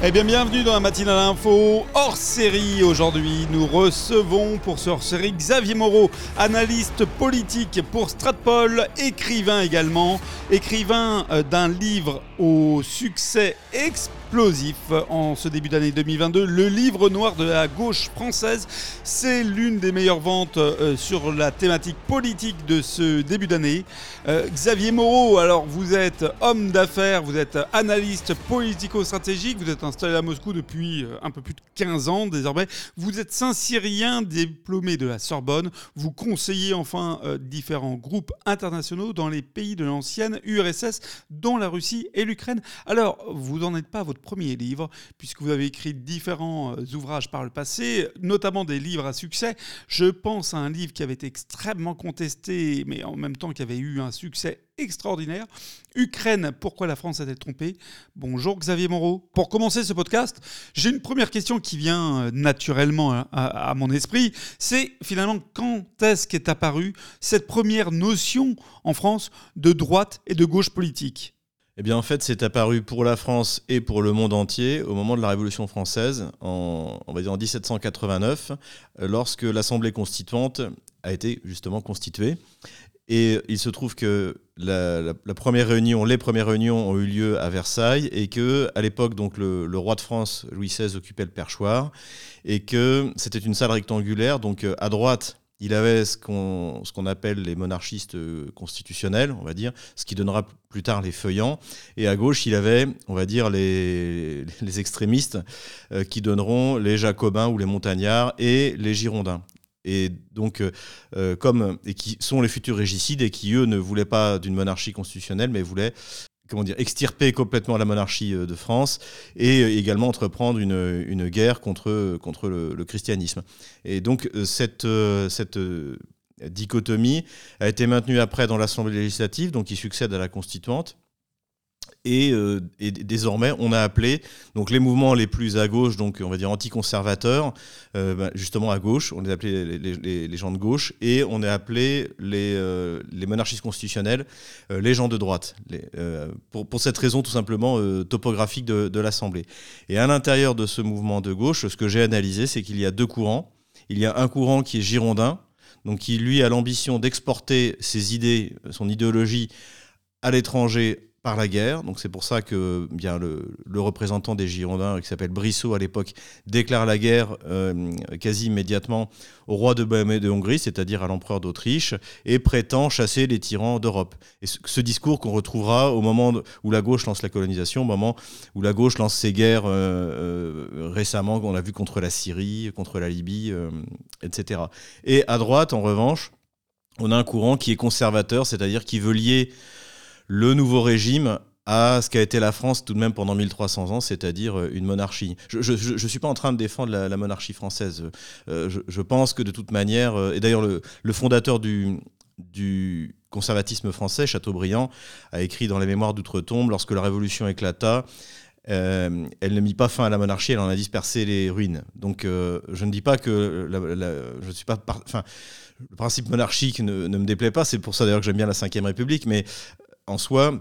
Eh bien, bienvenue dans la matinale info hors série. Aujourd'hui, nous recevons pour ce hors série Xavier Moreau, analyste politique pour Stratpol, écrivain également, écrivain d'un livre au succès explosif en ce début d'année 2022, le livre noir de la gauche française. C'est l'une des meilleures ventes sur la thématique politique de ce début d'année. Xavier Moreau, alors vous êtes homme d'affaires, vous êtes analyste politico-stratégique, vous êtes installé à Moscou depuis un peu plus de 15 ans désormais. Vous êtes Saint-Cyrien, diplômé de la Sorbonne. Vous conseillez enfin différents groupes internationaux dans les pays de l'ancienne URSS, dont la Russie et l'Ukraine. Alors, vous n'en êtes pas à votre premier livre, puisque vous avez écrit différents ouvrages par le passé, notamment des livres à succès. Je pense à un livre qui avait été extrêmement contesté, mais en même temps qui avait eu un succès extraordinaire. Ukraine, pourquoi la France a-t-elle trompé ? Bonjour Xavier Moreau. Pour commencer ce podcast, j'ai une première question qui vient naturellement à mon esprit. C'est finalement quand est-ce qu'est apparue cette première notion en France de droite et de gauche politique ? Eh bien, en fait, c'est apparu pour la France et pour le monde entier au moment de la Révolution française, on va dire en 1789, lorsque l'Assemblée constituante a été justement constituée. Et il se trouve que les premières réunions ont eu lieu à Versailles et que, à l'époque, donc le roi de France, Louis XVI, occupait le perchoir et que c'était une salle rectangulaire. Donc, à droite, il avait ce qu'on appelle les monarchistes constitutionnels, on va dire, ce qui donnera plus tard les feuillants. Et à gauche, il avait, on va dire, les extrémistes qui donneront les jacobins ou les montagnards et les girondins. Et donc, et qui sont les futurs régicides et qui, eux, ne voulaient pas d'une monarchie constitutionnelle, mais voulaient extirper complètement la monarchie de France et également entreprendre une guerre contre le christianisme. Et donc, cette dichotomie a été maintenue après dans l'Assemblée législative, donc qui succède à la constituante. Et désormais, on a appelé donc les mouvements les plus à gauche, donc on va dire anticonservateurs, justement à gauche, on les appelait les gens de gauche, et on a appelé les monarchistes constitutionnels les gens de droite, pour cette raison tout simplement topographique de l'Assemblée. Et à l'intérieur de ce mouvement de gauche, ce que j'ai analysé, c'est qu'il y a deux courants. Il y a un courant qui est girondin, donc qui lui a l'ambition d'exporter ses idées, son idéologie à l'étranger par la guerre. Donc c'est pour ça que bien le représentant des Girondins, qui s'appelle Brissot à l'époque, déclare la guerre quasi immédiatement au roi de Bohême et de Hongrie, c'est-à-dire à l'empereur d'Autriche, et prétend chasser les tyrans d'Europe. Et ce discours qu'on retrouvera au moment où la gauche lance la colonisation, au moment où la gauche lance ses guerres récemment, qu'on a vu contre la Syrie, contre la Libye, etc. Et à droite, en revanche, on a un courant qui est conservateur, c'est-à-dire qui veut lier le nouveau régime à ce qu'a été la France tout de même pendant 1300 ans, c'est-à-dire une monarchie. Je ne suis pas en train de défendre la monarchie française. Je pense que de toute manière, et d'ailleurs le fondateur du conservatisme français, Chateaubriand, a écrit dans les Mémoires d'Outre-Tombe, lorsque la Révolution éclata, elle ne mit pas fin à la monarchie, elle en a dispersé les ruines. Donc je ne dis pas que je ne suis pas... le principe monarchique ne me déplaît pas, c'est pour ça d'ailleurs que j'aime bien la Ve République, mais en soi,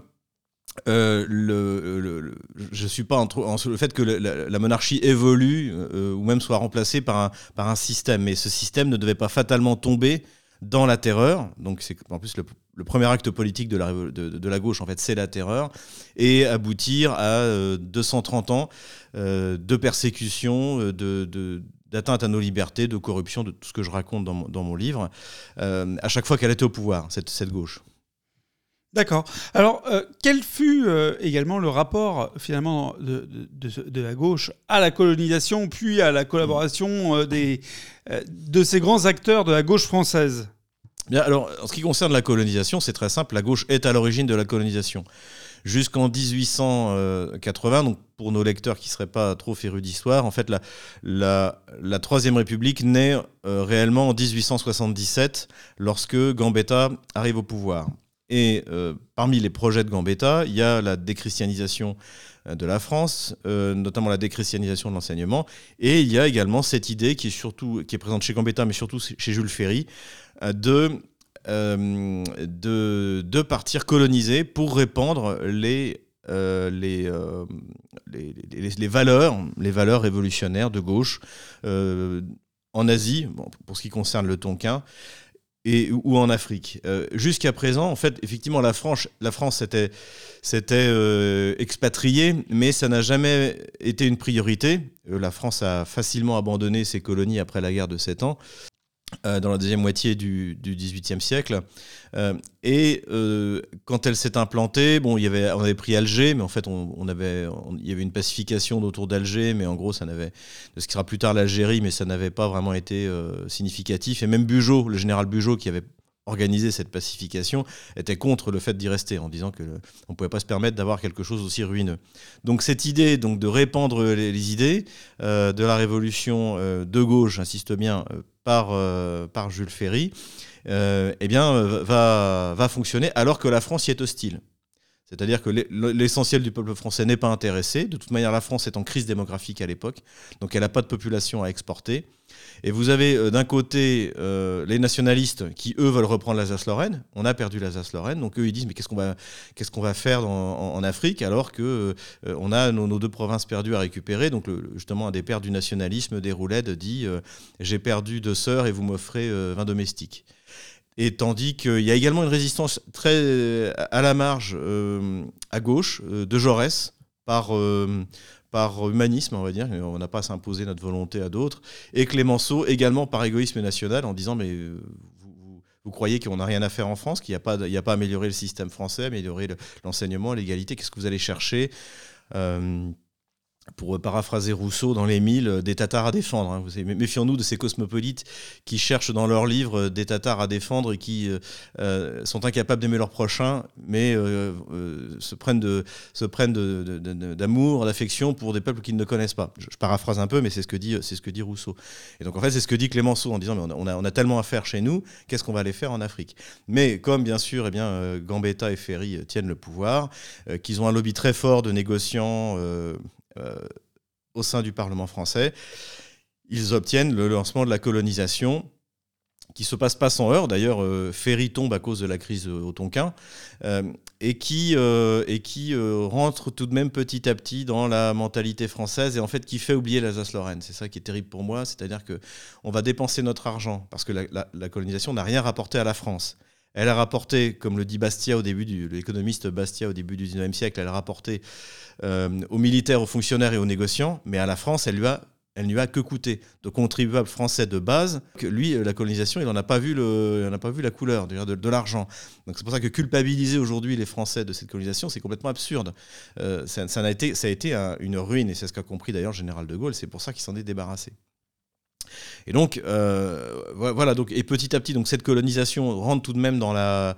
je suis pas le fait que la monarchie évolue ou même soit remplacée par un système, mais ce système ne devait pas fatalement tomber dans la terreur. Donc c'est en plus le premier acte politique de la gauche, en fait, c'est la terreur, et aboutir à 230 ans de persécution, d'atteinte à nos libertés, de corruption, de tout ce que je raconte dans mon livre, à chaque fois qu'elle était au pouvoir, cette gauche. D'accord. Alors, quel fut également le rapport finalement de la gauche à la colonisation, puis à la collaboration de ces grands acteurs de la gauche française ? Bien, alors, en ce qui concerne la colonisation, c'est très simple. La gauche est à l'origine de la colonisation. Jusqu'en 1880, donc pour nos lecteurs qui ne seraient pas trop férus d'histoire, en fait, la Troisième République naît réellement en 1877, lorsque Gambetta arrive au pouvoir. Et parmi les projets de Gambetta, il y a la déchristianisation de la France, notamment la déchristianisation de l'enseignement. Et il y a également cette idée qui est présente chez Gambetta, mais surtout chez Jules Ferry, de partir coloniser pour répandre les les valeurs révolutionnaires de gauche en Asie, pour ce qui concerne le Tonkin, ou en Afrique. Jusqu'à présent, en fait, effectivement, la France s'était expatriée, mais ça n'a jamais été une priorité. La France a facilement abandonné ses colonies après la guerre de 7 ans. Dans la deuxième moitié du XVIIIe siècle. Quand elle s'est implantée, on avait pris Alger, mais en fait, il y avait une pacification autour d'Alger, mais en gros, ça n'avait, de ce qui sera plus tard l'Algérie, mais ça n'avait pas vraiment été significatif. Et même Bugeaud, le général Bugeaud, qui avait organisé cette pacification, était contre le fait d'y rester, en disant qu'on ne pouvait pas se permettre d'avoir quelque chose aussi ruineux. Donc cette idée de répandre les idées de la révolution de gauche, j'insiste bien, par Jules Ferry, va fonctionner alors que la France y est hostile. C'est-à-dire que l'essentiel du peuple français n'est pas intéressé. De toute manière, la France est en crise démographique à l'époque, donc elle n'a pas de population à exporter. Et vous avez d'un côté les nationalistes qui, eux, veulent reprendre l'Alsace-Lorraine. On a perdu l'Alsace-Lorraine, donc eux, ils disent mais qu'est-ce qu'on va faire en Afrique alors qu'on a nos 2 provinces perdues à récupérer. Donc justement, un des pères du nationalisme, Déroulède, dit j'ai perdu 2 sœurs et vous m'offrez 20 domestiques. Et tandis qu'il y a également une résistance très à la marge à gauche de Jaurès par humanisme, on va dire, on n'a pas à s'imposer notre volonté à d'autres, et Clémenceau également par égoïsme national en disant mais vous croyez qu'on n'a rien à faire en France, qu'il n'y a pas à améliorer le système français, améliorer l'enseignement, l'égalité, qu'est-ce que vous allez chercher pour paraphraser Rousseau dans les 1000, des Tatars à défendre. Hein. Méfions-nous de ces cosmopolites qui cherchent dans leurs livres des Tatars à défendre et qui sont incapables d'aimer leur prochain, mais se prennent d'amour, d'affection pour des peuples qu'ils ne connaissent pas. Je paraphrase un peu, mais c'est ce que dit Rousseau. Et donc en fait, c'est ce que dit Clémenceau en disant mais on a tellement à faire chez nous, qu'est-ce qu'on va aller faire en Afrique ? Mais comme bien sûr, Gambetta et Ferry tiennent le pouvoir, qu'ils ont un lobby très fort de négociants au sein du Parlement français, ils obtiennent le lancement de la colonisation qui ne se passe pas sans heurts. D'ailleurs, Ferry tombe à cause de la crise au Tonkin et qui rentre tout de même petit à petit dans la mentalité française et en fait qui fait oublier l'Alsace-Lorraine. C'est ça qui est terrible pour moi, c'est-à-dire qu'on va dépenser notre argent parce que la colonisation n'a rien rapporté à la France. Elle a rapporté, comme le dit Bastia l'économiste Bastia au début du XIXe siècle, elle a rapporté aux militaires, aux fonctionnaires et aux négociants, mais à la France, elle ne lui a que coûté. De contribuable français de base, que lui, la colonisation, il n'en a pas vu la couleur, de l'argent. Donc c'est pour ça que culpabiliser aujourd'hui les Français de cette colonisation, c'est complètement absurde. Ça a été une ruine, et c'est ce qu'a compris d'ailleurs le général de Gaulle, c'est pour ça qu'il s'en est débarrassé. Et donc, voilà. Donc, et petit à petit, donc cette colonisation rentre tout de même dans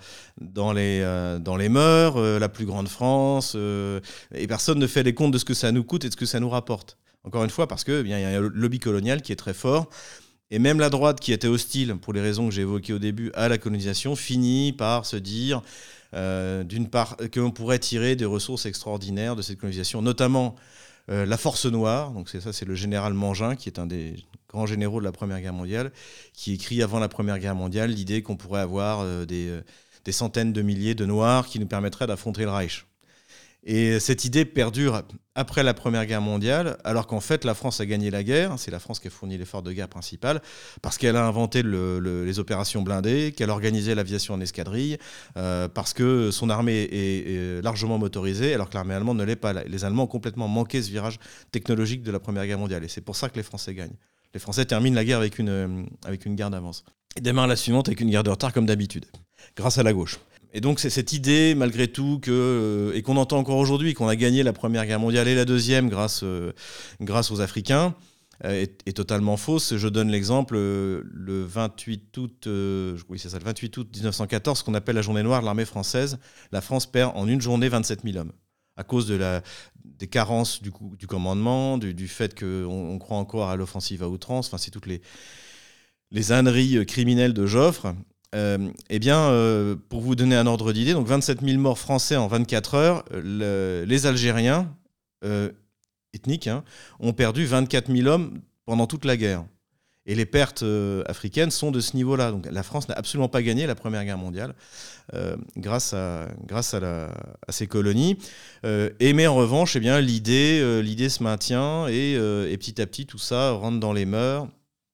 les mœurs, la plus grande France, et personne ne fait les comptes de ce que ça nous coûte et de ce que ça nous rapporte. Encore une fois, parce qu'il y a un lobby colonial qui est très fort. Et même la droite, qui était hostile, pour les raisons que j'ai évoquées au début, à la colonisation, finit par se dire, d'une part, qu'on pourrait tirer des ressources extraordinaires de cette colonisation, notamment la force noire. Donc c'est le général Mangin, qui est un des grands généraux de la Première Guerre mondiale, qui écrit avant la Première Guerre mondiale l'idée qu'on pourrait avoir des centaines de milliers de Noirs qui nous permettraient d'affronter le Reich. Et cette idée perdure après la Première Guerre mondiale, alors qu'en fait, la France a gagné la guerre. C'est la France qui a fourni l'effort de guerre principal, parce qu'elle a inventé les opérations blindées, qu'elle a organisé l'aviation en escadrille, parce que son armée est largement motorisée, alors que l'armée allemande ne l'est pas. Les Allemands ont complètement manqué ce virage technologique de la Première Guerre mondiale. Et c'est pour ça que les Français gagnent. Les Français terminent la guerre avec une guerre d'avance. Et démarrent la suivante avec une guerre de retard, comme d'habitude, grâce à la gauche. Et donc c'est cette idée, malgré tout, et qu'on entend encore aujourd'hui, qu'on a gagné la Première Guerre mondiale et la Deuxième grâce aux Africains, est totalement fausse. Je donne l'exemple, le 28 août 1914, ce qu'on appelle la journée noire de l'armée française. La France perd en une journée 27 000 hommes, à cause des carences du commandement, du fait qu'on croit encore à l'offensive à outrance. Enfin, c'est toutes les âneries criminelles de Joffre. Pour vous donner un ordre d'idée, donc 27 000 morts français en 24 heures, les Algériens ethniques ont perdu 24 000 hommes pendant toute la guerre. Et les pertes africaines sont de ce niveau-là. Donc la France n'a absolument pas gagné la Première Guerre mondiale grâce à ces colonies. Mais en revanche, eh bien, l'idée se maintient et petit à petit, tout ça rentre dans les mœurs.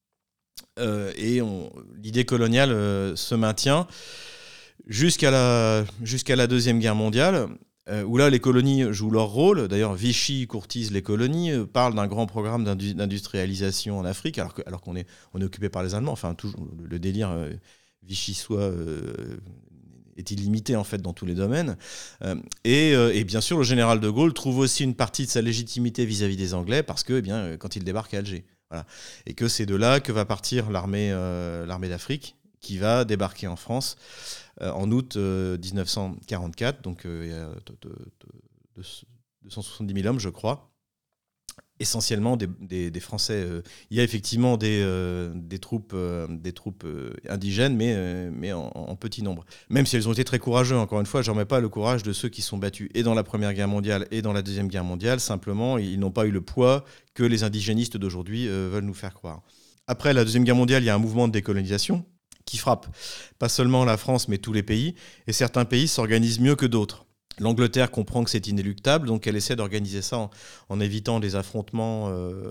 L'idée coloniale se maintient jusqu'à la Deuxième Guerre mondiale. Où là, les colonies jouent leur rôle. D'ailleurs, Vichy courtise les colonies, parle d'un grand programme d'industrialisation en Afrique, alors qu'on est occupé par les Allemands. Enfin, toujours, le délire vichysois est illimité, en fait, dans tous les domaines. Et bien sûr, le général de Gaulle trouve aussi une partie de sa légitimité vis-à-vis des Anglais, parce que, quand il débarque à Alger. Voilà. Et que c'est de là que va partir l'armée d'Afrique, qui va débarquer en France en août 1944, donc il y a 270 000 hommes, je crois, essentiellement des Français. Il y a effectivement des troupes indigènes, mais en petit nombre. Même si elles ont été très courageux, encore une fois, je ne remets pas le courage de ceux qui sont battus et dans la Première Guerre mondiale et dans la Deuxième Guerre mondiale. Simplement, ils n'ont pas eu le poids que les indigénistes d'aujourd'hui veulent nous faire croire. Après la Deuxième Guerre mondiale, il y a un mouvement de décolonisation qui frappe pas seulement la France, mais tous les pays. Et certains pays s'organisent mieux que d'autres. L'Angleterre comprend que c'est inéluctable, donc elle essaie d'organiser ça en évitant des affrontements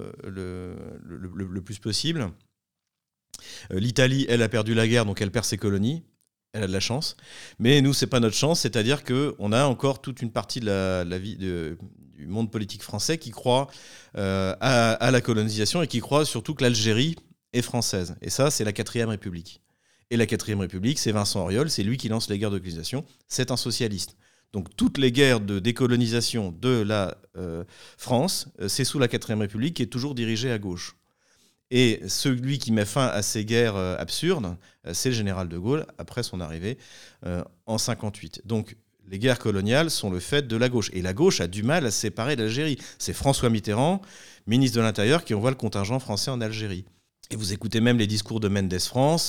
le plus possible. L'Italie, elle, a perdu la guerre, donc elle perd ses colonies. Elle a de la chance. Mais nous, c'est pas notre chance, c'est-à-dire qu'on a encore toute une partie de la vie du monde politique français qui croit à la colonisation et qui croit surtout que l'Algérie est française. Et ça, c'est la 4e République. Et la 4e République, c'est Vincent Auriol, c'est lui qui lance les guerres de colonisation. C'est un socialiste. Donc toutes les guerres de décolonisation de la France, c'est sous la 4e République qui est toujours dirigée à gauche. Et celui qui met fin à ces guerres absurdes, c'est le général de Gaulle, après son arrivée en 1958. Donc les guerres coloniales sont le fait de la gauche. Et la gauche a du mal à se séparer de l'Algérie. C'est François Mitterrand, ministre de l'Intérieur, qui envoie le contingent français en Algérie. Et vous écoutez même les discours de Mendes France,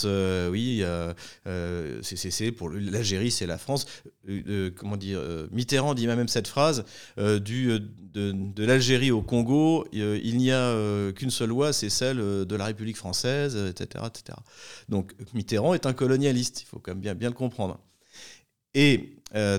c'est pour l'Algérie, c'est la France. Mitterrand dit même cette phrase de l'Algérie au Congo, il n'y a qu'une seule loi, c'est celle de la République française, etc., etc. Donc Mitterrand est un colonialiste, il faut quand même bien le comprendre. Et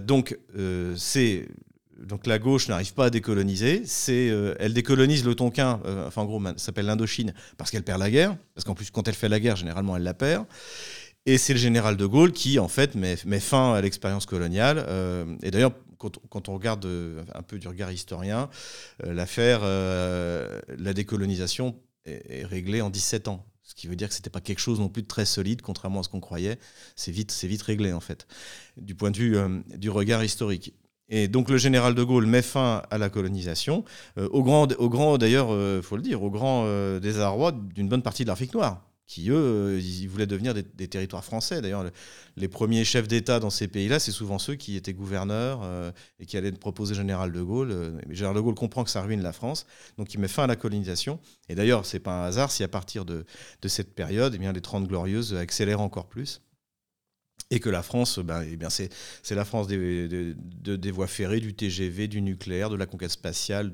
donc la gauche n'arrive pas à décoloniser, elle décolonise le Tonkin, en gros ça s'appelle l'Indochine, parce qu'elle perd la guerre, parce qu'en plus quand elle fait la guerre, généralement elle la perd, et c'est le général de Gaulle qui en fait met fin à l'expérience coloniale, et d'ailleurs quand on regarde un peu du regard historien, l'affaire, la décolonisation est réglée en 17 ans. Ce qui veut dire que ce n'était pas quelque chose non plus de très solide, contrairement à ce qu'on croyait. C'est vite réglé, en fait, du point de vue du regard historique. Et donc le général de Gaulle met fin à la colonisation, au grand d'ailleurs, faut le dire, au grand désarroi d'une bonne partie de l'Afrique noire, qui eux, ils voulaient devenir des territoires français. D'ailleurs, les premiers chefs d'État dans ces pays-là, c'est souvent ceux qui étaient gouverneurs et qui allaient proposer général de Gaulle. Mais général de Gaulle comprend que ça ruine la France, donc il met fin à la colonisation. Et d'ailleurs, c'est pas un hasard si à partir de cette période, les 30 Glorieuses accélèrent encore plus. Et que la France, c'est la France des voies ferrées, du TGV, du nucléaire, de la conquête spatiale.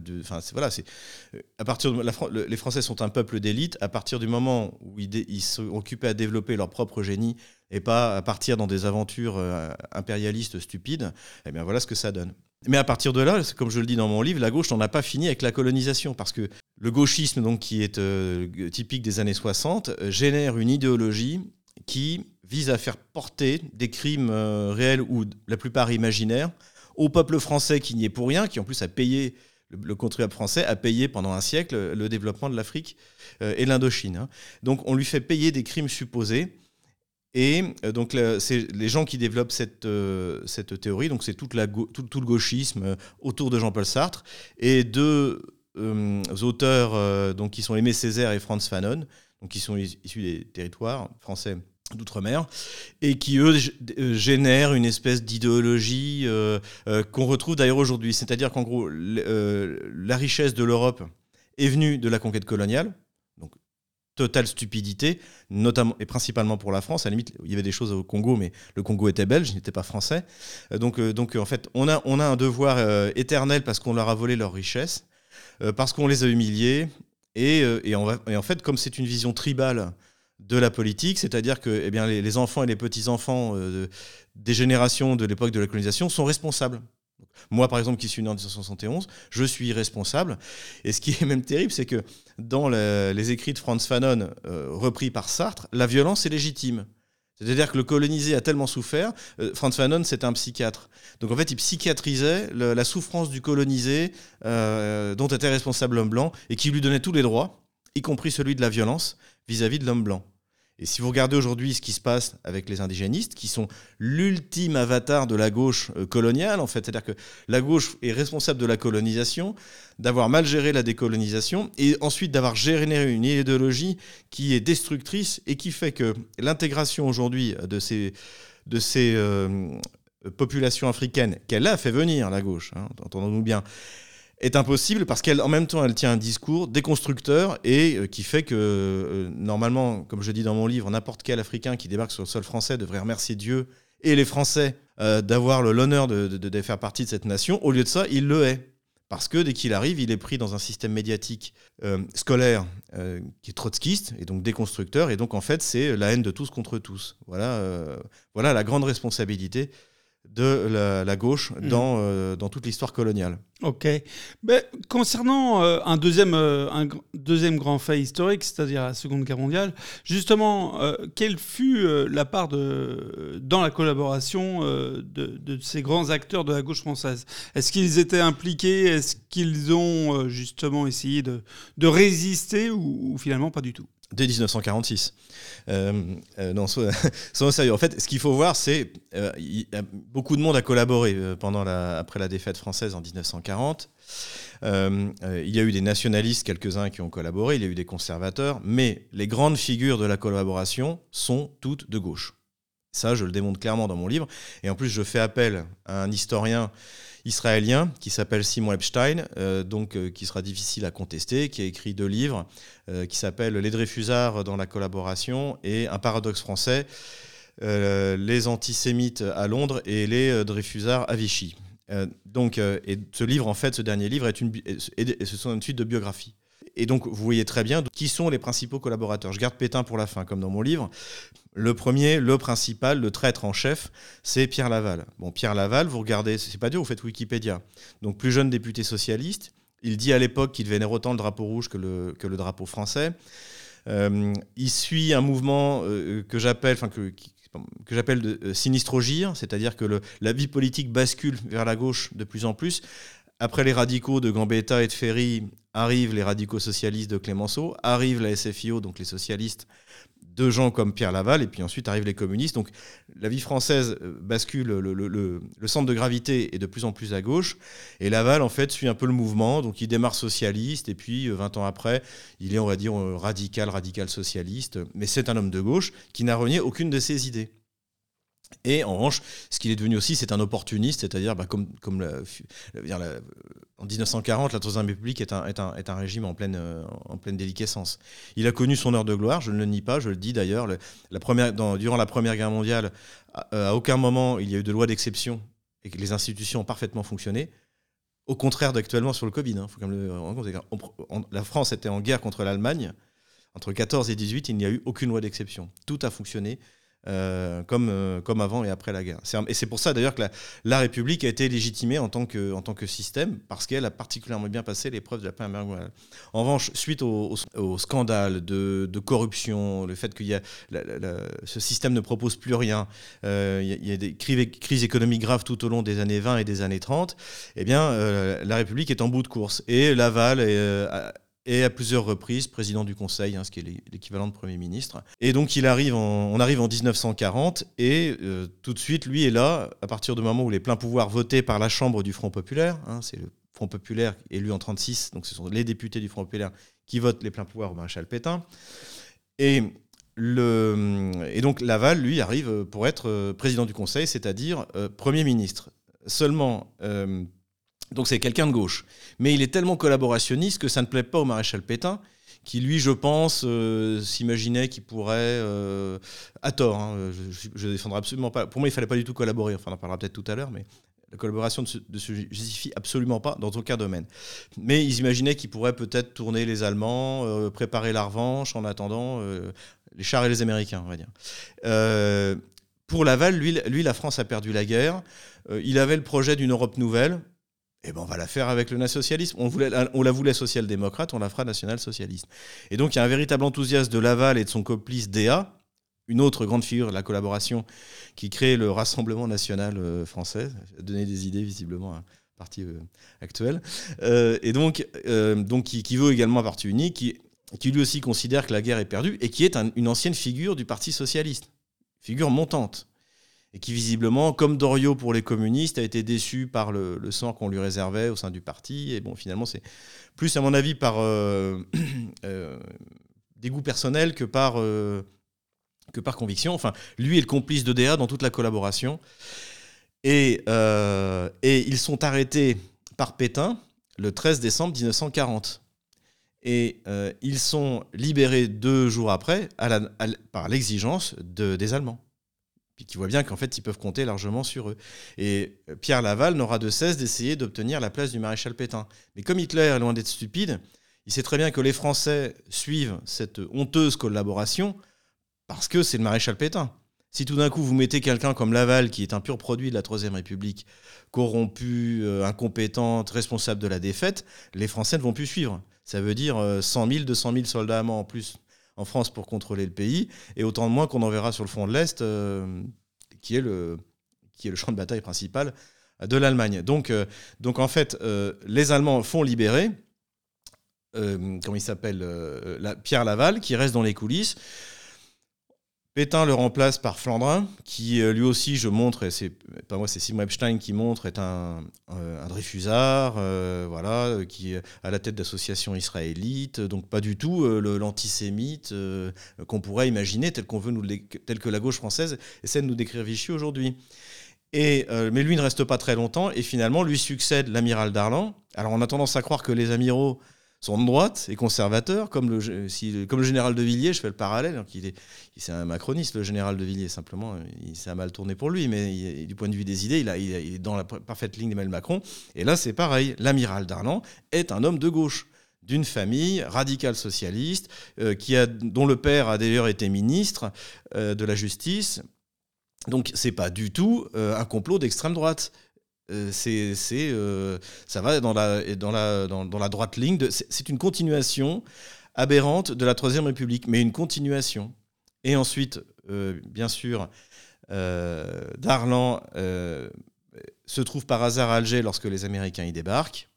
Les Français sont un peuple d'élite. À partir du moment où ils sont occupés à développer leur propre génie et pas à partir dans des aventures impérialistes stupides, voilà ce que ça donne. Mais à partir de là, comme je le dis dans mon livre, la gauche n'en a pas fini avec la colonisation, parce que le gauchisme, donc, qui est typique des années 60, génère une idéologie qui vise à faire porter des crimes réels ou la plupart imaginaires au peuple français qui n'y est pour rien, qui en plus a payé, le contribuable français a payé pendant un siècle le développement de l'Afrique et de l'Indochine. Donc on lui fait payer des crimes supposés. Et donc c'est les gens qui développent cette théorie, donc c'est tout le gauchisme autour de Jean-Paul Sartre, et deux auteurs donc, qui sont Aimé Césaire et Frantz Fanon, donc qui sont issus des territoires français d'outre-mer, et qui, eux, génèrent une espèce d'idéologie qu'on retrouve d'ailleurs aujourd'hui. C'est-à-dire qu'en gros, la richesse de l'Europe est venue de la conquête coloniale, donc totale stupidité, notamment et principalement pour la France. À la limite, il y avait des choses au Congo, mais le Congo était belge, il n'était pas français. Donc en fait, on a un devoir éternel parce qu'on leur a volé leur richesse, parce qu'on les a humiliés, Et en fait, comme c'est une vision tribale de la politique, c'est-à-dire que les enfants et les petits-enfants des générations de l'époque de la colonisation sont responsables. Moi, par exemple, qui suis né en 1971, je suis responsable. Et ce qui est même terrible, c'est que dans les écrits de Frantz Fanon, repris par Sartre, la violence est légitime. C'est-à-dire que le colonisé a tellement souffert. Frantz Fanon, c'était un psychiatre. Donc en fait, il psychiatrisait la souffrance du colonisé dont était responsable l'homme blanc et qui lui donnait tous les droits, y compris celui de la violence vis-à-vis de l'homme blanc. Et si vous regardez aujourd'hui ce qui se passe avec les indigénistes, qui sont l'ultime avatar de la gauche coloniale, en fait, c'est-à-dire que la gauche est responsable de la colonisation, d'avoir mal géré la décolonisation, et ensuite d'avoir géré une idéologie qui est destructrice et qui fait que l'intégration aujourd'hui de ces populations africaines, qu'elle a fait venir, la gauche, entendons-nous bien, est impossible parce qu'en même temps, elle tient un discours déconstructeur et qui fait que, normalement, comme je dis dans mon livre, n'importe quel Africain qui débarque sur le sol français devrait remercier Dieu et les Français d'avoir l'honneur de faire partie de cette nation. Au lieu de ça, il le hait. Parce que dès qu'il arrive, il est pris dans un système médiatique scolaire qui est trotskiste et donc déconstructeur. Et donc, en fait, c'est la haine de tous contre tous. Voilà la grande responsabilité de la gauche dans toute l'histoire coloniale. Ok. Mais concernant un deuxième grand fait historique, c'est-à-dire la Seconde Guerre mondiale, justement, quelle fut la part dans la collaboration de ces grands acteurs de la gauche française ? Est-ce qu'ils étaient impliqués ? Est-ce qu'ils ont justement essayé de résister ou finalement pas du tout ? Dès 1946. Non, soyons sérieux. En fait, ce qu'il faut voir, c'est beaucoup de monde a collaboré après la défaite française en 1940. Il y a eu des nationalistes, quelques-uns qui ont collaboré, il y a eu des conservateurs, mais les grandes figures de la collaboration sont toutes de gauche. Ça, je le démontre clairement dans mon livre. Et en plus, je fais appel à un historien israélien qui s'appelle Simon Epstein, qui sera difficile à contester, qui a écrit 2 livres qui s'appellent Les Dreyfusards dans la collaboration et Un paradoxe français, les antisémites à Londres et les Dreyfusards à Vichy. Et ce livre, en fait, ce dernier livre, ce sont une suite de biographies. Et donc, vous voyez très bien qui sont les principaux collaborateurs. Je garde Pétain pour la fin, comme dans mon livre. Le premier, le principal, le traître en chef, c'est Pierre Laval. Bon, Pierre Laval, vous regardez, c'est pas dur, vous faites Wikipédia. Donc, plus jeune député socialiste, il dit à l'époque qu'il vénère autant le drapeau rouge que le drapeau français. Il suit un mouvement que j'appelle de sinistrogir, c'est-à-dire que la vie politique bascule vers la gauche de plus en plus. Après les radicaux de Gambetta et de Ferry, arrivent les radicaux socialistes de Clémenceau, arrive la SFIO, donc les socialistes de gens comme Pierre Laval, et puis ensuite arrivent les communistes. Donc la vie française bascule, le centre de gravité est de plus en plus à gauche, et Laval, en fait, suit un peu le mouvement. Donc il démarre socialiste, et puis 20 ans après, il est, on va dire, radical socialiste, mais c'est un homme de gauche qui n'a renié aucune de ses idées. Et en revanche, ce qu'il est devenu aussi, c'est un opportuniste, c'est-à-dire en 1940, la Troisième République est un régime en pleine déliquescence. Il a connu son heure de gloire, je ne le nie pas, je le dis d'ailleurs. Durant la Première Guerre mondiale, à aucun moment il y a eu de loi d'exception et que les institutions ont parfaitement fonctionné. Au contraire d'actuellement sur le Covid. Faut quand même le rendre compte. La France était en guerre contre l'Allemagne. Entre 14 et 18, il n'y a eu aucune loi d'exception. Tout a fonctionné. Comme avant et après la guerre. Et c'est pour ça d'ailleurs que la République a été légitimée en tant que système, parce qu'elle a particulièrement bien passé l'épreuve de la Première Guerre mondiale. En revanche, suite au scandale de corruption, le fait qu'il y a ce système ne propose plus rien, il y a des crises économiques graves tout au long des années 20 et des années 30, eh bien, la République est en bout de course. Et Laval et à plusieurs reprises président du Conseil, ce qui est l'équivalent de Premier ministre. Et donc on arrive en 1940, et tout de suite, lui est là, à partir du moment où les pleins pouvoirs votés par la Chambre du Front Populaire, c'est le Front Populaire élu en 1936, donc ce sont les députés du Front Populaire qui votent les pleins pouvoirs au maréchal Pétain. Et donc Laval, lui, arrive pour être président du Conseil, c'est-à-dire Premier ministre. Seulement... Donc c'est quelqu'un de gauche. Mais il est tellement collaborationniste que ça ne plaît pas au maréchal Pétain, qui lui, je pense, s'imaginait qu'il pourrait, à tort, hein, je ne défendrai absolument pas, pour moi il ne fallait pas du tout collaborer, enfin on en parlera peut-être tout à l'heure, mais la collaboration ne se justifie absolument pas dans aucun domaine. Mais ils imaginaient qu'ils pourraient peut-être tourner les Allemands, préparer la revanche en attendant les chars et les Américains, on va dire. Pour Laval, lui, la France a perdu la guerre. Il avait le projet d'une Europe nouvelle. Eh ben, on va la faire avec le nationalisme. On la voulait social-démocrate, on la fera national-socialiste. Et donc, il y a un véritable enthousiasme de Laval et de son complice Déa, une autre grande figure de la collaboration qui crée le Rassemblement national français, donner des idées visiblement à un parti actuel, et donc qui veut également un parti unique, qui lui aussi considère que la guerre est perdue et qui est une ancienne figure du Parti socialiste, figure montante, et qui visiblement, comme Doriot pour les communistes, a été déçu par le sort qu'on lui réservait au sein du parti. Et bon, finalement, c'est plus, à mon avis, par dégoût personnel que par conviction. Enfin, lui est le complice de Déa dans toute la collaboration. Et ils sont arrêtés par Pétain le 13 décembre 1940. Et ils sont libérés 2 jours après par l'exigence des Allemands, puis qui voient bien qu'en fait, ils peuvent compter largement sur eux. Et Pierre Laval n'aura de cesse d'essayer d'obtenir la place du maréchal Pétain. Mais comme Hitler est loin d'être stupide, il sait très bien que les Français suivent cette honteuse collaboration parce que c'est le maréchal Pétain. Si tout d'un coup, vous mettez quelqu'un comme Laval, qui est un pur produit de la Troisième République, corrompu, incompétente, responsable de la défaite, les Français ne vont plus suivre. Ça veut dire 100 000, 200 000 soldats allemands en plus en France pour contrôler le pays, et autant de moins qu'on enverra sur le front de l'Est, qui est le champ de bataille principal de l'Allemagne. Donc en fait, les Allemands font libérer, comment il s'appelle, Pierre Laval, qui reste dans les coulisses. Pétain le remplace par Flandrin, qui lui aussi, je montre, et c'est pas moi, c'est Simon Epstein qui montre, est un Dreyfusard, voilà, qui est à la tête d'associations israélites, donc pas du tout l'antisémite qu'on pourrait imaginer, tel que la gauche française essaie de nous décrire Vichy aujourd'hui. Mais lui ne reste pas très longtemps, et finalement lui succède l'amiral Darlan. Alors on a tendance à croire que les amiraux sont de droite et conservateurs, comme le général de Villiers, je fais le parallèle, donc c'est un macroniste, le général de Villiers, simplement, ça a mal tourné pour lui, mais du point de vue des idées, il est dans la parfaite ligne d'Emmanuel Macron. Et là, c'est pareil, l'amiral Darlan est un homme de gauche, d'une famille radicale socialiste, dont le père a d'ailleurs été ministre de la Justice. Donc, c'est pas du tout un complot d'extrême droite. Ça va dans la droite ligne. C'est une continuation aberrante de la Troisième République, mais une continuation. Et ensuite, bien sûr, Darlan se trouve par hasard à Alger lorsque les Américains y débarquent.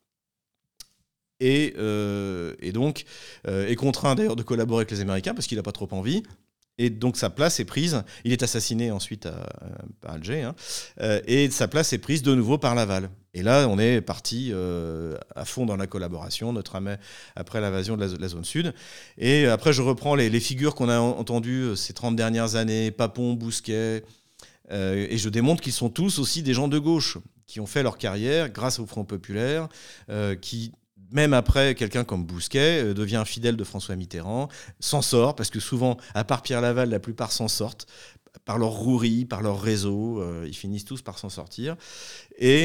Et donc est contraint d'ailleurs de collaborer avec les Américains parce qu'il n'a pas trop envie. Et donc sa place est prise, il est assassiné ensuite à Alger, et sa place est prise de nouveau par Laval. Et là, on est parti à fond dans la collaboration, notamment après l'invasion de la zone sud. Et après, je reprends les figures qu'on a entendues ces 30 dernières années, Papon, Bousquet, et je démontre qu'ils sont tous aussi des gens de gauche, qui ont fait leur carrière grâce au Front populaire, qui... Même après, quelqu'un comme Bousquet devient un fidèle de François Mitterrand, s'en sort, parce que souvent, à part Pierre Laval, la plupart s'en sortent, par leur rouerie, par leur réseau, ils finissent tous par s'en sortir. Et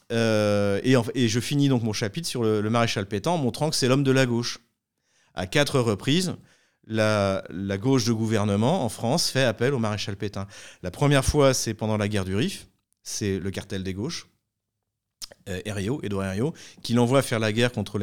je finis donc mon chapitre sur le maréchal Pétain en montrant que c'est l'homme de la gauche. À 4 reprises, la gauche de gouvernement en France fait appel au maréchal Pétain. La première fois, c'est pendant la guerre du Rif, c'est le cartel des gauches. Édouard Herriot, qui l'envoie faire la guerre contre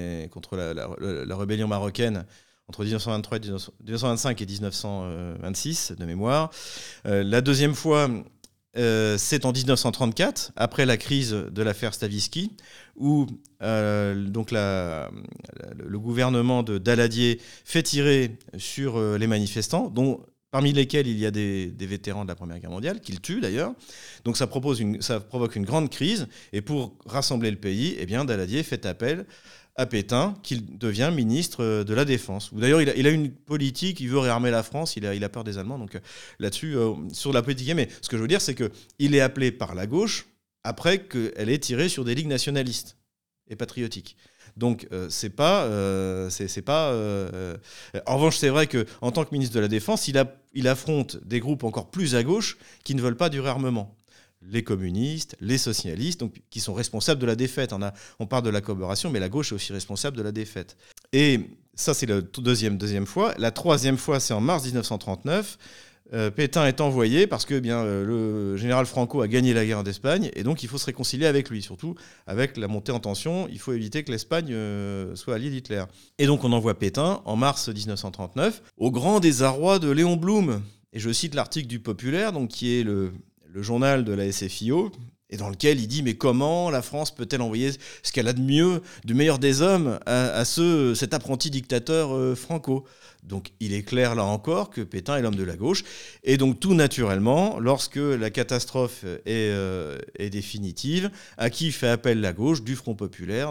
la rébellion marocaine entre 1925 et 1926, de mémoire. La deuxième fois, c'est en 1934, après la crise de l'affaire Stavisky, où donc le gouvernement de Daladier fait tirer sur les manifestants, parmi lesquels il y a des vétérans de la Première Guerre mondiale, qu'il tue d'ailleurs. Donc ça provoque une grande crise. Et pour rassembler le pays, eh bien, Daladier fait appel à Pétain, qui devient ministre de la Défense. D'ailleurs, il a une politique, il veut réarmer la France, il a peur des Allemands. Donc là-dessus, sur la politique, mais ce que je veux dire, c'est qu'il est appelé par la gauche après qu'elle ait tiré sur des ligues nationalistes et patriotiques. Donc c'est pas. En revanche, c'est vrai que en tant que ministre de la Défense, il affronte des groupes encore plus à gauche qui ne veulent pas du réarmement. Les communistes, les socialistes, donc, qui sont responsables de la défaite. On parle de la collaboration, mais la gauche est aussi responsable de la défaite. Et ça, c'est la deuxième fois. La troisième fois, c'est en mars 1939. Pétain est envoyé parce que le général Franco a gagné la guerre d'Espagne et donc il faut se réconcilier avec lui, surtout avec la montée en tension. Il faut éviter que l'Espagne soit alliée d'Hitler. Et donc on envoie Pétain en mars 1939 au grand désarroi de Léon Blum. Et je cite l'article du Populaire, donc, qui est le journal de la SFIO, et dans lequel il dit mais comment la France peut-elle envoyer ce qu'elle a de mieux, du meilleur des hommes à cet apprenti dictateur Franco. Donc il est clair là encore que Pétain est l'homme de la gauche, et donc tout naturellement, lorsque la catastrophe est définitive, à qui fait appel la gauche du Front populaire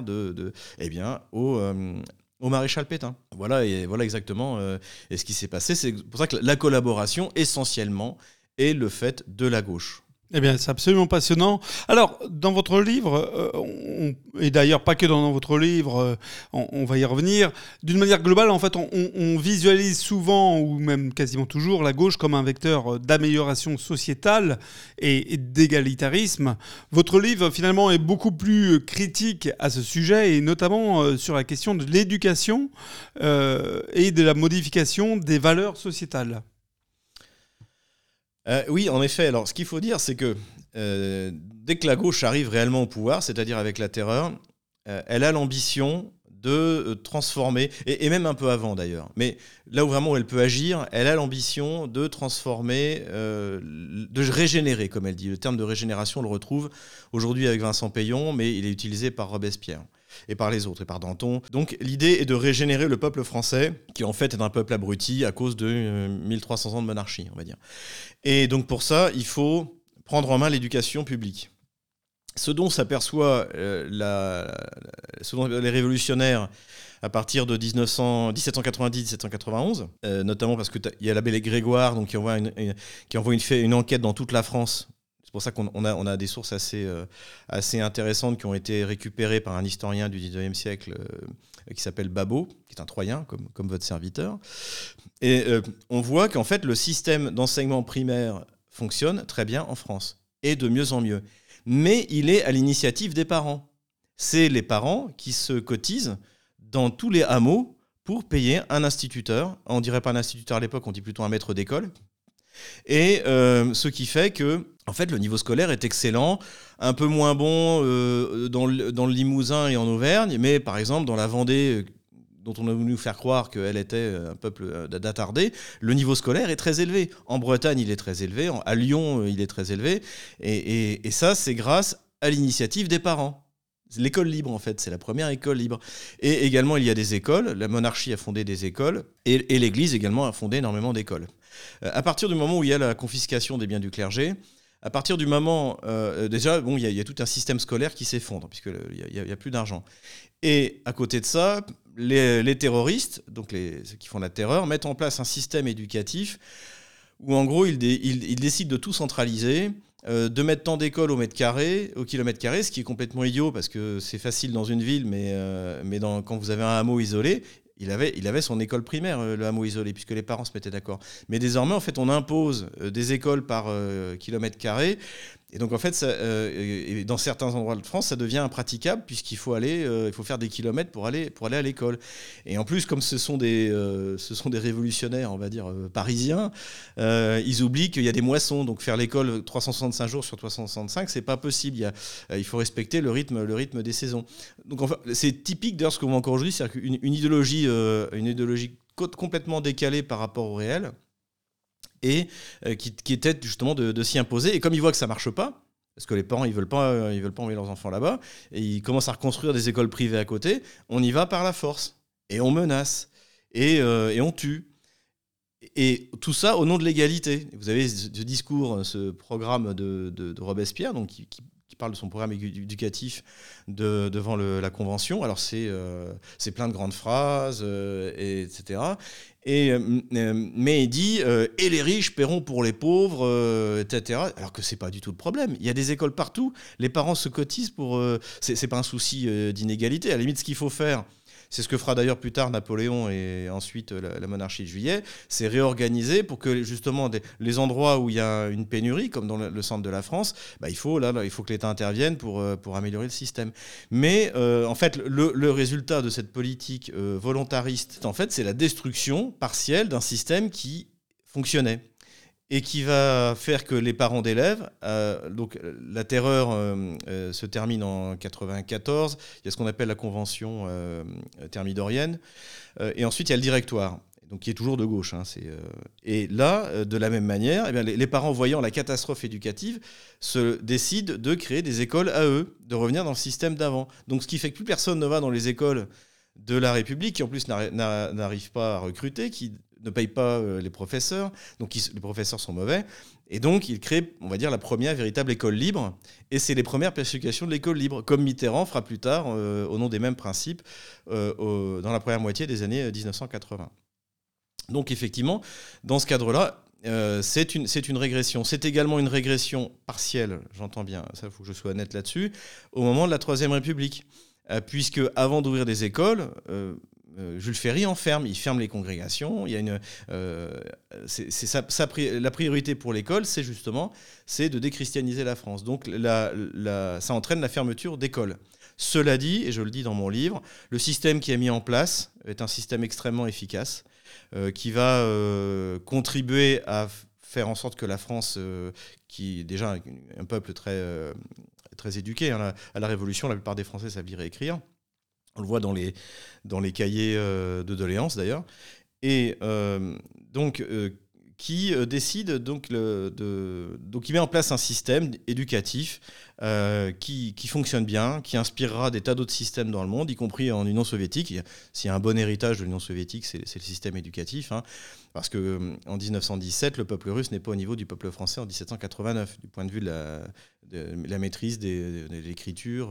au maréchal Pétain. Voilà exactement ce qui s'est passé. C'est pour ça que la collaboration essentiellement est le fait de la gauche. Eh bien, c'est absolument passionnant. Alors, dans votre livre, et d'ailleurs pas que dans votre livre, on va y revenir, d'une manière globale, en fait, on visualise souvent, ou même quasiment toujours, la gauche comme un vecteur d'amélioration sociétale et d'égalitarisme. Votre livre, finalement, est beaucoup plus critique à ce sujet, et notamment sur la question de l'éducation et de la modification des valeurs sociétales. Oui, en effet. Alors, ce qu'il faut dire, c'est que dès que la gauche arrive réellement au pouvoir, c'est-à-dire avec la terreur, elle a l'ambition de transformer, et même un peu avant d'ailleurs, mais là où vraiment elle peut agir, elle a l'ambition de transformer, de régénérer, comme elle dit. Le terme de régénération, on le retrouve aujourd'hui avec Vincent Payon, mais il est utilisé par Robespierre et par les autres, et par Danton. Donc l'idée est de régénérer le peuple français, qui en fait est un peuple abruti à cause de 1300 ans de monarchie, on va dire. Et donc pour ça, il faut prendre en main l'éducation publique. Ce dont s'aperçoit ce dont les révolutionnaires à partir de 1790-1791, notamment parce qu'il y a l'abbé Grégoire donc, qui envoie une enquête dans toute la France. C'est pour ça qu'on a des sources assez intéressantes qui ont été récupérées par un historien du 19e siècle qui s'appelle Babot, qui est un Troyen, comme votre serviteur. Et on voit qu'en fait, le système d'enseignement primaire fonctionne très bien en France, et de mieux en mieux. Mais il est à l'initiative des parents. C'est les parents qui se cotisent dans tous les hameaux pour payer un instituteur. On ne dirait pas un instituteur à l'époque, on dit plutôt un maître d'école. Et ce qui fait que en fait, le niveau scolaire est excellent, un peu moins bon dans le Limousin et en Auvergne, mais par exemple dans la Vendée, dont on a voulu nous faire croire qu'elle était un peuple d'attardés, le niveau scolaire est très élevé. En Bretagne, il est très élevé, à Lyon, il est très élevé, et ça, c'est grâce à l'initiative des parents. C'est l'école libre, en fait, c'est la première école libre. Et également, il y a des écoles, la monarchie a fondé des écoles, et l'Église également a fondé énormément d'écoles. À partir du moment où il y a la confiscation des biens du clergé, à partir du moment, déjà, il y a tout un système scolaire qui s'effondre, puisqu'il n'y a plus d'argent. Et à côté de ça, les terroristes, donc ceux qui font la terreur, mettent en place un système éducatif où, en gros, ils décident de tout centraliser, de mettre tant d'écoles au kilomètre carré, ce qui est complètement idiot, parce que c'est facile dans une ville, mais quand vous avez un hameau isolé, il avait son école primaire, le hameau isolé, puisque les parents se mettaient d'accord. Mais désormais, en fait, on impose des écoles par kilomètre carré. Et donc, en fait, dans certains endroits de France, ça devient impraticable, puisqu'il faut faire des kilomètres pour aller à l'école. Et en plus, comme ce sont des révolutionnaires, on va dire, parisiens, ils oublient qu'il y a des moissons. Donc, faire l'école 365 jours sur 365, c'est pas possible. Il faut respecter le rythme des saisons. Donc, enfin, c'est typique, d'ailleurs, ce qu'on voit encore aujourd'hui, c'est-à-dire qu'une idéologie complètement décalée par rapport au réel, et qui était justement de s'y imposer. Et comme ils voient que ça marche pas, parce que les parents ils veulent pas envoyer leurs enfants là-bas, et ils commencent à reconstruire des écoles privées à côté, on y va par la force, et on menace, et on tue. Et tout ça au nom de l'égalité. Vous avez ce discours, ce programme de Robespierre, donc, qui qui parle de son programme éducatif devant la Convention. Alors c'est plein de grandes phrases, etc. Mais il dit et les riches paieront pour les pauvres, etc. Alors que c'est pas du tout le problème. Il y a des écoles partout. Les parents se cotisent pour. C'est pas un souci d'inégalité. À la limite, ce qu'il faut faire. C'est ce que fera d'ailleurs plus tard Napoléon et ensuite la monarchie de Juillet, c'est réorganiser pour que justement les endroits où il y a une pénurie, comme dans le centre de la France, il faut que l'État intervienne pour améliorer le système. Mais en fait, le résultat de cette politique volontariste, en fait, c'est la destruction partielle d'un système qui fonctionnait. Et qui va faire que les parents d'élèves, donc la terreur se termine en 94, il y a ce qu'on appelle la convention thermidorienne, et ensuite il y a le directoire, donc qui est toujours de gauche. Et là, de la même manière, les parents voyant la catastrophe éducative se décident de créer des écoles à eux, de revenir dans le système d'avant. Donc ce qui fait que plus personne ne va dans les écoles de la République, qui en plus n'arrive pas à recruter, qui ne paye pas les professeurs, donc les professeurs sont mauvais, et donc il crée, on va dire, la première véritable école libre, et c'est les premières persécutions de l'école libre, comme Mitterrand fera plus tard, au nom des mêmes principes, dans la première moitié des années 1980. Donc effectivement, dans ce cadre-là, c'est une régression. C'est également une régression partielle, j'entends bien, ça il faut que je sois honnête là-dessus, au moment de la Troisième République. Puisque avant d'ouvrir des écoles, Jules Ferry il ferme les congrégations. Il y a la priorité pour l'école, c'est de déchristianiser la France. Donc ça entraîne la fermeture d'écoles. Cela dit, et je le dis dans mon livre, le système qui est mis en place est un système extrêmement efficace qui va contribuer à faire en sorte que la France, qui est déjà un peuple très éduqué, à la Révolution, la plupart des Français savent lire et écrire. On le voit dans les cahiers de doléances d'ailleurs. Et qui décide donc il met en place un système éducatif qui fonctionne bien, qui inspirera des tas d'autres systèmes dans le monde, y compris en Union soviétique. S'il y a un bon héritage de l'Union soviétique, c'est le système éducatif, parce qu'en 1917, le peuple russe n'est pas au niveau du peuple français en 1789, du point de vue de la maîtrise de l'écriture.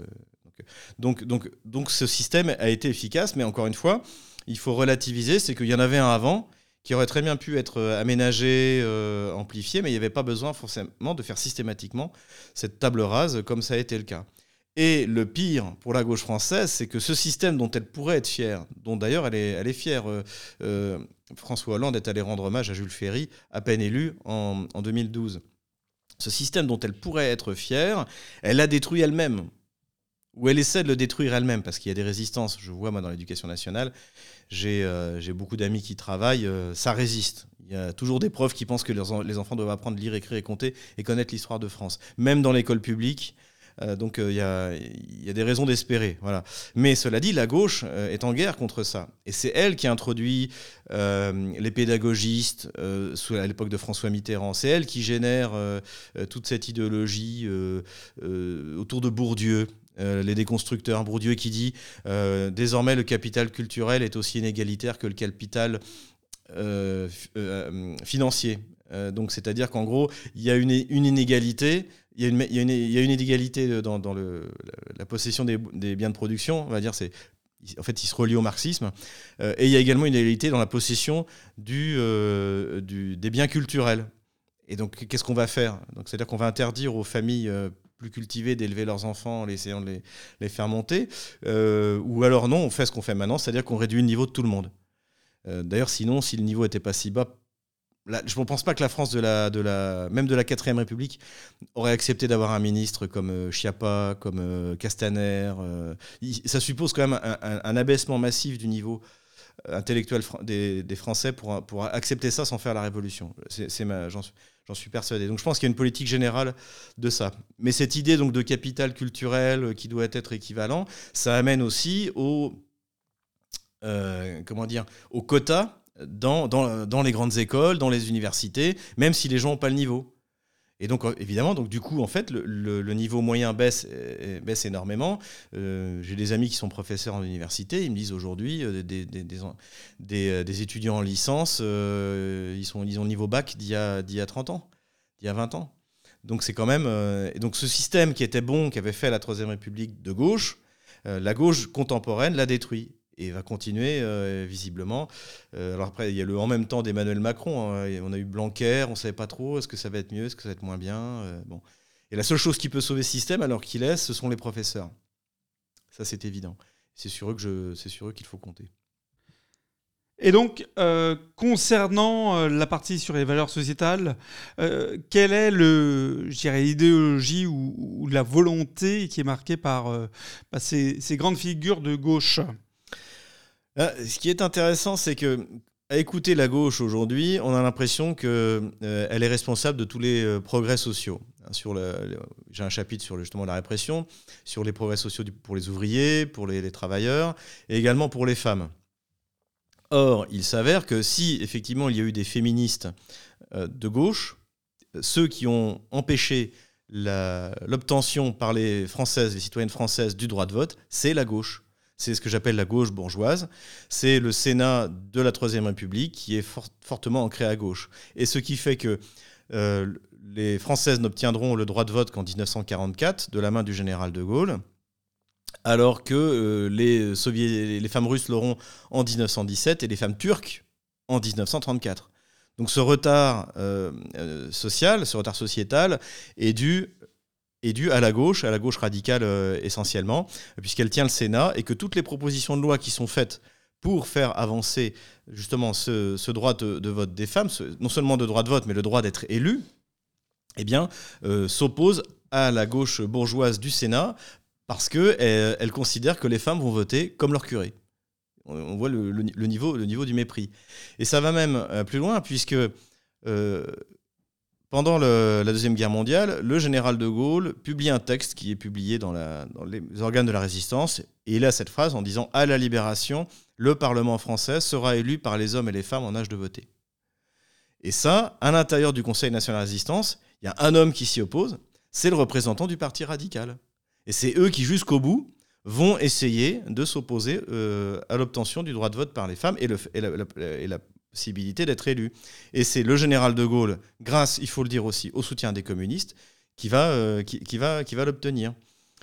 Donc ce système a été efficace, mais encore une fois, il faut relativiser, c'est qu'il y en avait un avant qui aurait très bien pu être aménagé, amplifié, mais il n'y avait pas besoin forcément de faire systématiquement cette table rase comme ça a été le cas. Et le pire pour la gauche française, c'est que ce système dont elle pourrait être fière, dont d'ailleurs elle est fière, François Hollande est allé rendre hommage à Jules Ferry, à peine élu en 2012. Ce système dont elle pourrait être fière, elle l'a détruit elle-même. Ou elle essaie de le détruire elle-même, parce qu'il y a des résistances. Je vois, moi, dans l'éducation nationale, j'ai beaucoup d'amis qui travaillent, ça résiste. Il y a toujours des profs qui pensent que les enfants doivent apprendre à lire, écrire et compter et connaître l'histoire de France. Même dans l'école publique, donc il y a des raisons d'espérer. Voilà. Mais cela dit, la gauche est en guerre contre ça. Et c'est elle qui a introduit les pédagogistes à l'époque de François Mitterrand. C'est elle qui génère toute cette idéologie autour de Bourdieu. Les déconstructeurs, Bourdieu qui dit désormais le capital culturel est aussi inégalitaire que le capital financier. Donc c'est-à-dire qu'en gros il y a une inégalité, il y a une inégalité dans la possession des biens de production, on va dire, en fait il se relie au marxisme, et il y a également une inégalité dans la possession des biens culturels. Et donc qu'est-ce qu'on va faire? Donc c'est-à-dire qu'on va interdire aux familles plus cultivés d'élever leurs enfants en essayant de les faire monter, ou alors non, on fait ce qu'on fait maintenant, c'est-à-dire qu'on réduit le niveau de tout le monde. D'ailleurs, sinon, si le niveau n'était pas si bas, je ne pense pas que la France même de la 4ème République aurait accepté d'avoir un ministre comme Schiappa, comme Castaner. Ça suppose quand même un abaissement massif du niveau intellectuel des Français pour accepter ça sans faire la révolution. J'en suis persuadé. Donc je pense qu'il y a une politique générale de ça. Mais cette idée donc de capital culturel qui doit être équivalent, ça amène aussi au quota dans les grandes écoles, dans les universités, même si les gens n'ont pas le niveau. Et donc, évidemment, du coup, en fait, le niveau moyen baisse énormément. J'ai des amis qui sont professeurs en université, ils me disent aujourd'hui, des étudiants en licence, ils ont le niveau bac d'il y a 30 ans, d'il y a 20 ans. Donc c'est quand même et donc ce système qui était bon, qui avait fait la Troisième République de gauche, la gauche contemporaine l'a détruit et va continuer visiblement. Alors après il y a le en même temps d'Emmanuel Macron, hein, et on a eu Blanquer, on savait pas trop est-ce que ça va être mieux, est-ce que ça va être moins bien. Bon. Et la seule chose qui peut sauver ce système alors qu'il est, ce sont les professeurs. Ça c'est évident. C'est sur eux qu'il faut compter. Et donc, concernant la partie sur les valeurs sociétales, quelle est l'idéologie ou la volonté qui est marquée par ces grandes figures de gauche ? Ce qui est intéressant, c'est que à écouter la gauche aujourd'hui, on a l'impression qu'elle est responsable de tous les progrès sociaux. J'ai un chapitre sur justement la répression, sur les progrès sociaux pour les ouvriers, pour les travailleurs, et également pour les femmes. Or, il s'avère que si, effectivement, il y a eu des féministes de gauche, ceux qui ont empêché l'obtention par les citoyennes françaises du droit de vote, c'est la gauche. C'est ce que j'appelle la gauche bourgeoise. C'est le Sénat de la Troisième République qui est fortement ancré à gauche. Et ce qui fait que les Françaises n'obtiendront le droit de vote qu'en 1944, de la main du général de Gaulle, alors que les femmes russes l'auront en 1917 et les femmes turques en 1934. Donc ce retard social, ce retard sociétal est dû à la gauche radicale essentiellement, puisqu'elle tient le Sénat et que toutes les propositions de loi qui sont faites pour faire avancer justement ce droit de vote des femmes, non seulement de droit de vote, mais le droit d'être élu, eh bien, s'opposent à la gauche bourgeoise du Sénat, parce qu'elle considère que les femmes vont voter comme leur curé. On voit le niveau du mépris. Et ça va même plus loin, puisque pendant la Deuxième Guerre mondiale, le général de Gaulle publie un texte qui est publié dans les organes de la résistance, et il a cette phrase en disant « À la Libération, le Parlement français sera élu par les hommes et les femmes en âge de voter ». Et ça, à l'intérieur du Conseil national de la résistance, il y a un homme qui s'y oppose, c'est le représentant du Parti radical. Et c'est eux qui, jusqu'au bout, vont essayer de s'opposer à l'obtention du droit de vote par les femmes et la possibilité d'être élus. Et c'est le général de Gaulle, grâce, il faut le dire aussi, au soutien des communistes, qui va l'obtenir.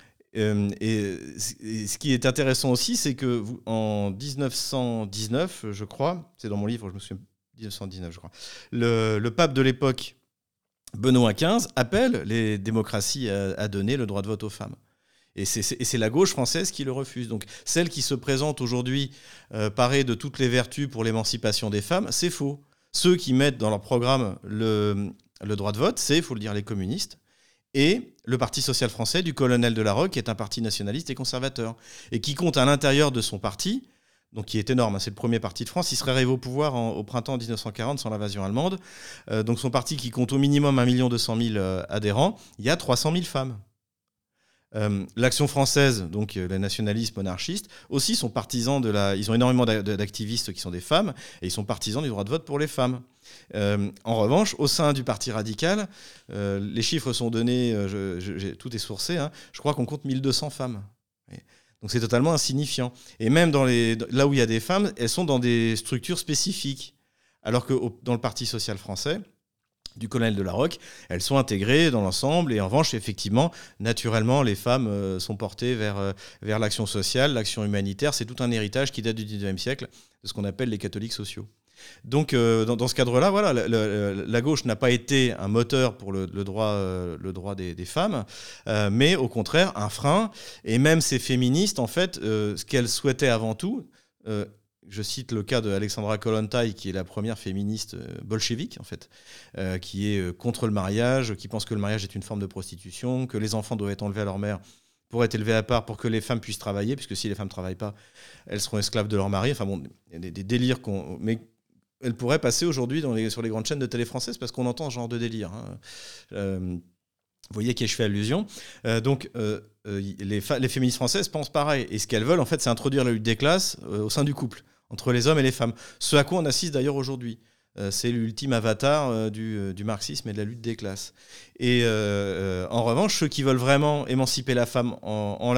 Et ce qui est intéressant aussi, c'est qu'en 1919, je crois, c'est dans mon livre, je me souviens, 1919, je crois, le pape de l'époque, Benoît XV, appelle les démocraties à donner le droit de vote aux femmes. Et c'est la gauche française qui le refuse. Donc celle qui se présente aujourd'hui parée de toutes les vertus pour l'émancipation des femmes, c'est faux. Ceux qui mettent dans leur programme le droit de vote, c'est, il faut le dire, les communistes et le Parti social français du colonel de La Rocque, qui est un parti nationaliste et conservateur, et qui compte à l'intérieur de son parti, donc qui est énorme, hein, c'est le premier parti de France, il serait arrivé au pouvoir au printemps 1940 sans l'invasion allemande, donc son parti qui compte au minimum 1 200 000 adhérents, il y a 300 000 femmes. L'Action française, donc les nationalistes monarchistes, aussi sont partisans ils ont énormément d'activistes qui sont des femmes, et ils sont partisans du droit de vote pour les femmes. En revanche, au sein du Parti radical, les chiffres sont donnés, tout est sourcé, hein, je crois qu'on compte 1200 femmes. Donc c'est totalement insignifiant. Et même là où il y a des femmes, elles sont dans des structures spécifiques. Alors que dans le Parti social français, du colonel de La Rocque, elles sont intégrées dans l'ensemble. Et en revanche, effectivement, naturellement, les femmes sont portées vers l'action sociale, l'action humanitaire. C'est tout un héritage qui date du XIXe siècle, de ce qu'on appelle les catholiques sociaux. Donc, dans ce cadre-là, voilà, la gauche n'a pas été un moteur pour le droit des femmes, mais au contraire, un frein. Et même ces féministes, en fait, ce qu'elles souhaitaient avant tout, je cite le cas d'Alexandra Kollontai, qui est la première féministe bolchevique, en fait, qui est contre le mariage, qui pense que le mariage est une forme de prostitution, que les enfants doivent être enlevés à leur mère pour être élevés à part, pour que les femmes puissent travailler, puisque si les femmes ne travaillent pas, elles seront esclaves de leur mari. Enfin bon, il y a des délires mais elle pourrait passer aujourd'hui sur les grandes chaînes de télé françaises parce qu'on entend ce genre de délire. Hein. Vous voyez à qui je fais allusion. Les féministes françaises pensent pareil. Et ce qu'elles veulent, en fait, c'est introduire la lutte des classes au sein du couple, entre les hommes et les femmes. Ce à quoi on assiste d'ailleurs aujourd'hui. C'est l'ultime avatar du marxisme et de la lutte des classes. Et en revanche, ceux qui veulent vraiment émanciper la femme en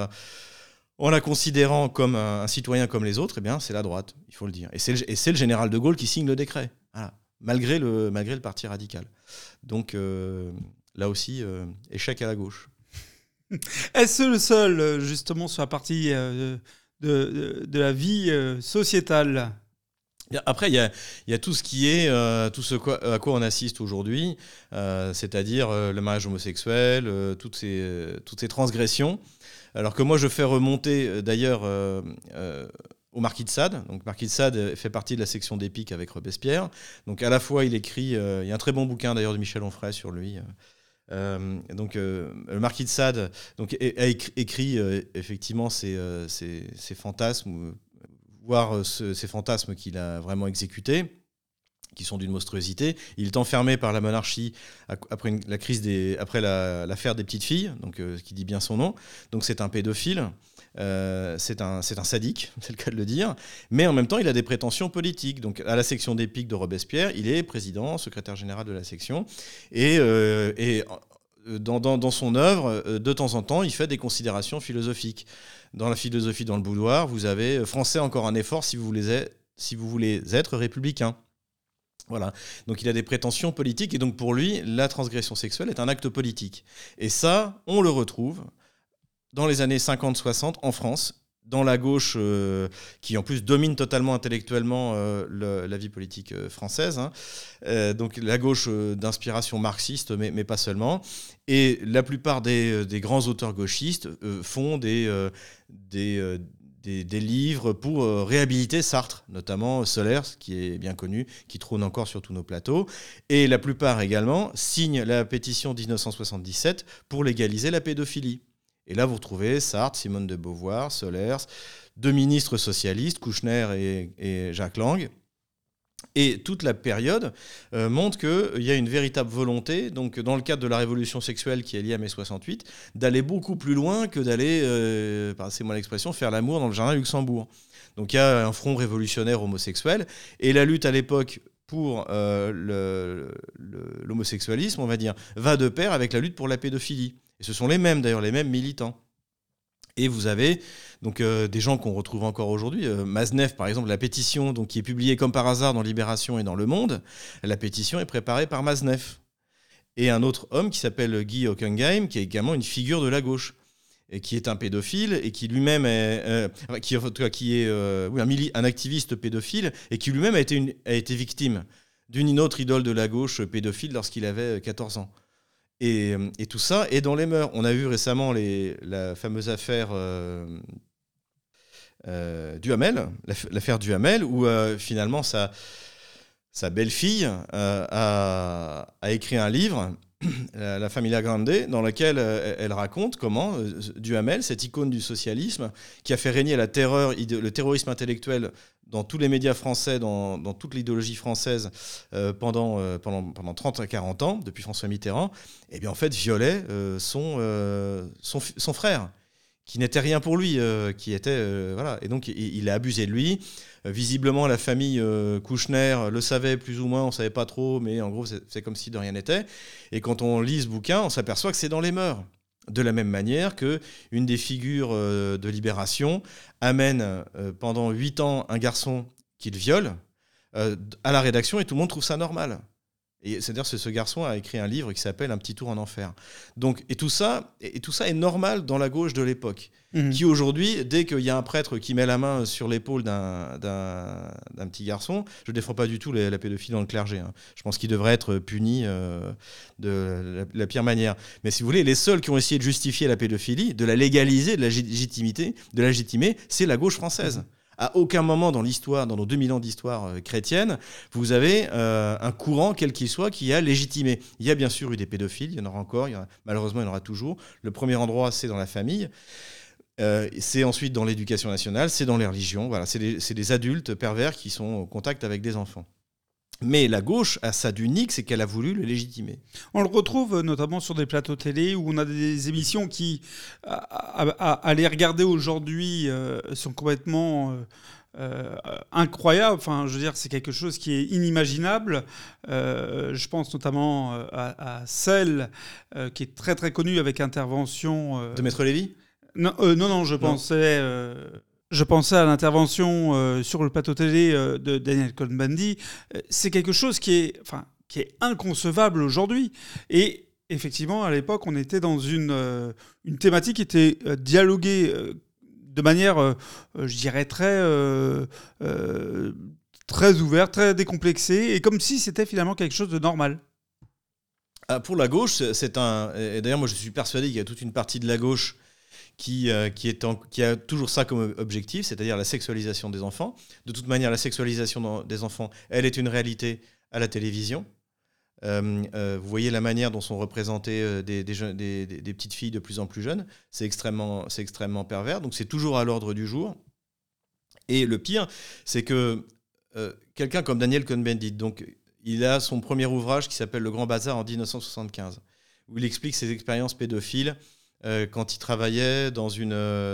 la considérant comme un citoyen comme les autres, eh bien, c'est la droite, il faut le dire. Et c'est le général de Gaulle qui signe le décret, voilà, malgré le parti radical. Donc Là aussi, échec à la gauche. Est-ce le seul, justement, sur la partie de la vie sociétale ? Après, il y a tout ce qui est, tout ce à quoi on assiste aujourd'hui, c'est-à-dire le mariage homosexuel, toutes ces transgressions. Alors que moi, je fais remonter, d'ailleurs, au Marquis de Sade. Donc, Marquis de Sade fait partie de la section d'épique avec Robespierre. Donc, à la fois, il écrit... il y a un très bon bouquin, d'ailleurs, de Michel Onfray sur lui. Le Marquis de Sade a écrit effectivement ses fantasmes, voire ces fantasmes qu'il a vraiment exécutés, qui sont d'une monstruosité. Il est enfermé par la monarchie après l'affaire des petites filles, donc qui dit bien son nom. Donc c'est un pédophile, c'est un sadique, c'est le cas de le dire. Mais en même temps, il a des prétentions politiques. Donc à la section d'épique de Robespierre, il est président, secrétaire général de la section, et dans son œuvre, de temps en temps, il fait des considérations philosophiques. Dans la philosophie dans le boudoir, vous avez « Français, encore un effort si vous voulez être républicain ». Voilà. Donc il a des prétentions politiques et donc pour lui, la transgression sexuelle est un acte politique. Et ça, on le retrouve dans les années 50-60 en France, dans la gauche qui en plus domine totalement intellectuellement la vie politique française. Donc la gauche d'inspiration marxiste, mais pas seulement. Et la plupart des grands auteurs gauchistes font des livres pour réhabiliter Sartre, notamment Solers, qui est bien connu, qui trône encore sur tous nos plateaux. Et la plupart également signent la pétition 1977 pour légaliser la pédophilie. Et là, vous retrouvez Sartre, Simone de Beauvoir, Solers, deux ministres socialistes, Kouchner et Jacques Lang. Et toute la période montre qu'il y a une véritable volonté, donc dans le cadre de la révolution sexuelle qui est liée à mai 68, d'aller beaucoup plus loin que d'aller, passez-moi l'expression, faire l'amour dans le jardin de Luxembourg. Donc il y a un front révolutionnaire homosexuel, et la lutte à l'époque pour l'homosexualisme, on va dire, va de pair avec la lutte pour la pédophilie. Et ce sont les mêmes militants. Et vous avez donc des gens qu'on retrouve encore aujourd'hui. Maznev, par exemple, la pétition donc, qui est publiée comme par hasard dans Libération et dans Le Monde, la pétition est préparée par Maznev. Et un autre homme qui s'appelle Guy Hockenheim, qui est également une figure de la gauche, et qui est un pédophile, et qui lui-même est un activiste pédophile, et qui lui-même a été victime d'une autre idole de la gauche pédophile lorsqu'il avait 14 ans. Et tout ça est dans les mœurs. On a vu récemment la fameuse affaire Duhamel, l'affaire Duhamel, où finalement sa belle-fille a écrit un livre, La Familia Grande, dans lequel elle raconte comment Duhamel, cette icône du socialisme, qui a fait régner le terrorisme intellectuel dans tous les médias français, dans toute l'idéologie française pendant 30 à 40 ans, depuis François Mitterrand, et bien en fait violait son frère, qui n'était rien pour lui, qui était... voilà. Et donc il a abusé de lui. Visiblement, la famille Kouchner le savait plus ou moins, on ne savait pas trop, mais en gros, c'est comme si de rien n'était. Et quand on lit ce bouquin, on s'aperçoit que c'est dans les mœurs. De la même manière qu'une des figures de Libération amène pendant 8 ans un garçon qu'il viole à la rédaction et tout le monde trouve ça normal. Et c'est-à-dire que ce garçon a écrit un livre qui s'appelle Un petit tour en enfer. Donc, et tout ça est normal dans la gauche de l'époque, qui aujourd'hui, dès qu'il y a un prêtre qui met la main sur l'épaule d'un petit garçon, je ne défends pas du tout la pédophilie dans le clergé. Hein. Je pense qu'il devrait être puni de la pire manière. Mais si vous voulez, les seuls qui ont essayé de justifier la pédophilie, de la légaliser, de la légitimer, c'est la gauche française. À aucun moment dans l'histoire, dans nos 2000 ans d'histoire chrétienne, vous avez un courant, quel qu'il soit, qui a légitimé. Il y a bien sûr eu des pédophiles, il y en aura encore, malheureusement il y en aura toujours. Le premier endroit, c'est dans la famille. C'est ensuite dans l'éducation nationale, c'est dans les religions. Voilà, c'est des adultes pervers qui sont en contact avec des enfants. Mais la gauche a ça d'unique, c'est qu'elle a voulu le légitimer. On le retrouve notamment sur des plateaux télé où on a des émissions qui, à les regarder aujourd'hui, sont complètement incroyables. Enfin, je veux dire, c'est quelque chose qui est inimaginable. Je pense notamment à celle qui est très très connue avec intervention... De Maître Lévy ? Non, je pensais... Je pensais à l'intervention sur le plateau télé de Daniel Cohn-Bendit. C'est quelque chose qui est inconcevable aujourd'hui. Et Effectivement, à l'époque, on était dans une thématique qui était dialoguée de manière, je dirais, très ouverte, très décomplexée, et comme si c'était finalement quelque chose de normal. Pour la gauche, et d'ailleurs moi je suis persuadé qu'il y a toute une partie de la gauche qui a toujours ça comme objectif, c'est-à-dire la sexualisation des enfants. De toute manière, la sexualisation des enfants, elle est une réalité à la télévision. Vous voyez la manière dont sont représentées des petites filles de plus en plus jeunes, c'est extrêmement pervers, donc c'est toujours à l'ordre du jour. Et le pire, c'est que quelqu'un comme Daniel Cohn-Bendit, donc il a son premier ouvrage qui s'appelle Le Grand Bazar en 1975, où il explique ses expériences pédophiles quand il travaillait dans une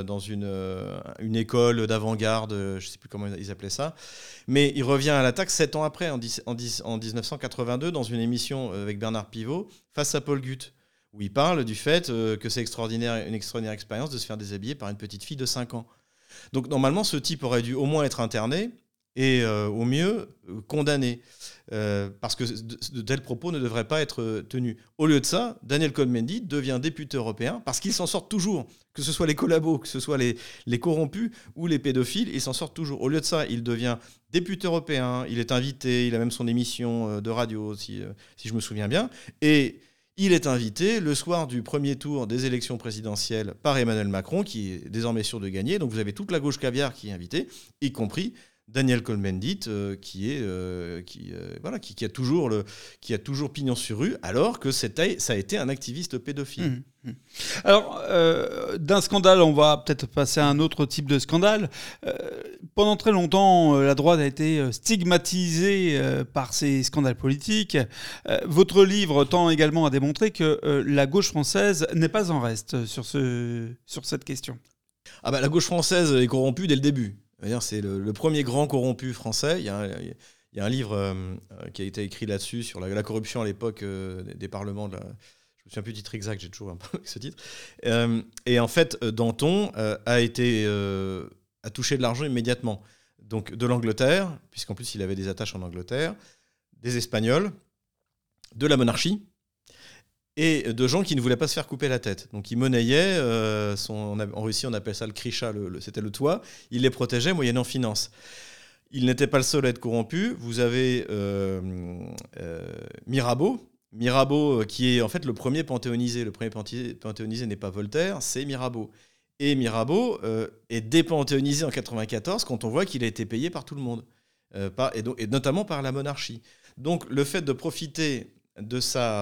école d'avant-garde, je ne sais plus comment ils appelaient ça. Mais il revient à l'attaque 7 ans après, en 1982, dans une émission avec Bernard Pivot, face à Paul Guth, où il parle du fait que c'est une extraordinaire expérience de se faire déshabiller par une petite fille de 5 ans. Donc normalement, ce type aurait dû au moins être interné et au mieux condamné. Parce que de tels propos ne devraient pas être tenus. Au lieu de ça, Daniel Cohn-Bendit devient député européen parce qu'ils s'en sortent toujours, que ce soit les collabos, que ce soit les corrompus ou les pédophiles, ils s'en sortent toujours. Au lieu de ça, il devient député européen, il est invité, il a même son émission de radio, si je me souviens bien, et il est invité le soir du premier tour des élections présidentielles par Emmanuel Macron, qui est désormais sûr de gagner. Donc vous avez toute la gauche caviar qui est invitée, y compris Daniel Cohn-Bendit, qui a toujours pignon sur rue, alors que ça a été un activiste pédophile. Alors, d'un scandale, on va peut-être passer à un autre type de scandale. Pendant très longtemps, la droite a été stigmatisée par ces scandales politiques. Votre livre tend également à démontrer que la gauche française n'est pas en reste sur cette question. La gauche française est corrompue dès le début. C'est le premier grand corrompu français. Il y a un livre qui a été écrit là-dessus, sur la corruption à l'époque des parlements. Je me souviens plus du titre exact, j'ai toujours un peu ce titre. Et en fait, Danton a touché de l'argent immédiatement. Donc de l'Angleterre, puisqu'en plus il avait des attaches en Angleterre, des Espagnols, de la monarchie, et de gens qui ne voulaient pas se faire couper la tête. Donc ils monnayaient, en Russie on appelle ça le krisha, c'était le toit, ils les protégeaient moyennant finance. Il n'était pas le seul à être corrompu. Vous avez Mirabeau, qui est en fait le premier panthéonisé. Le premier panthéonisé n'est pas Voltaire, c'est Mirabeau. Et Mirabeau est dépanthéonisé en 1994 quand on voit qu'il a été payé par tout le monde, et notamment par la monarchie. Donc le fait de profiter de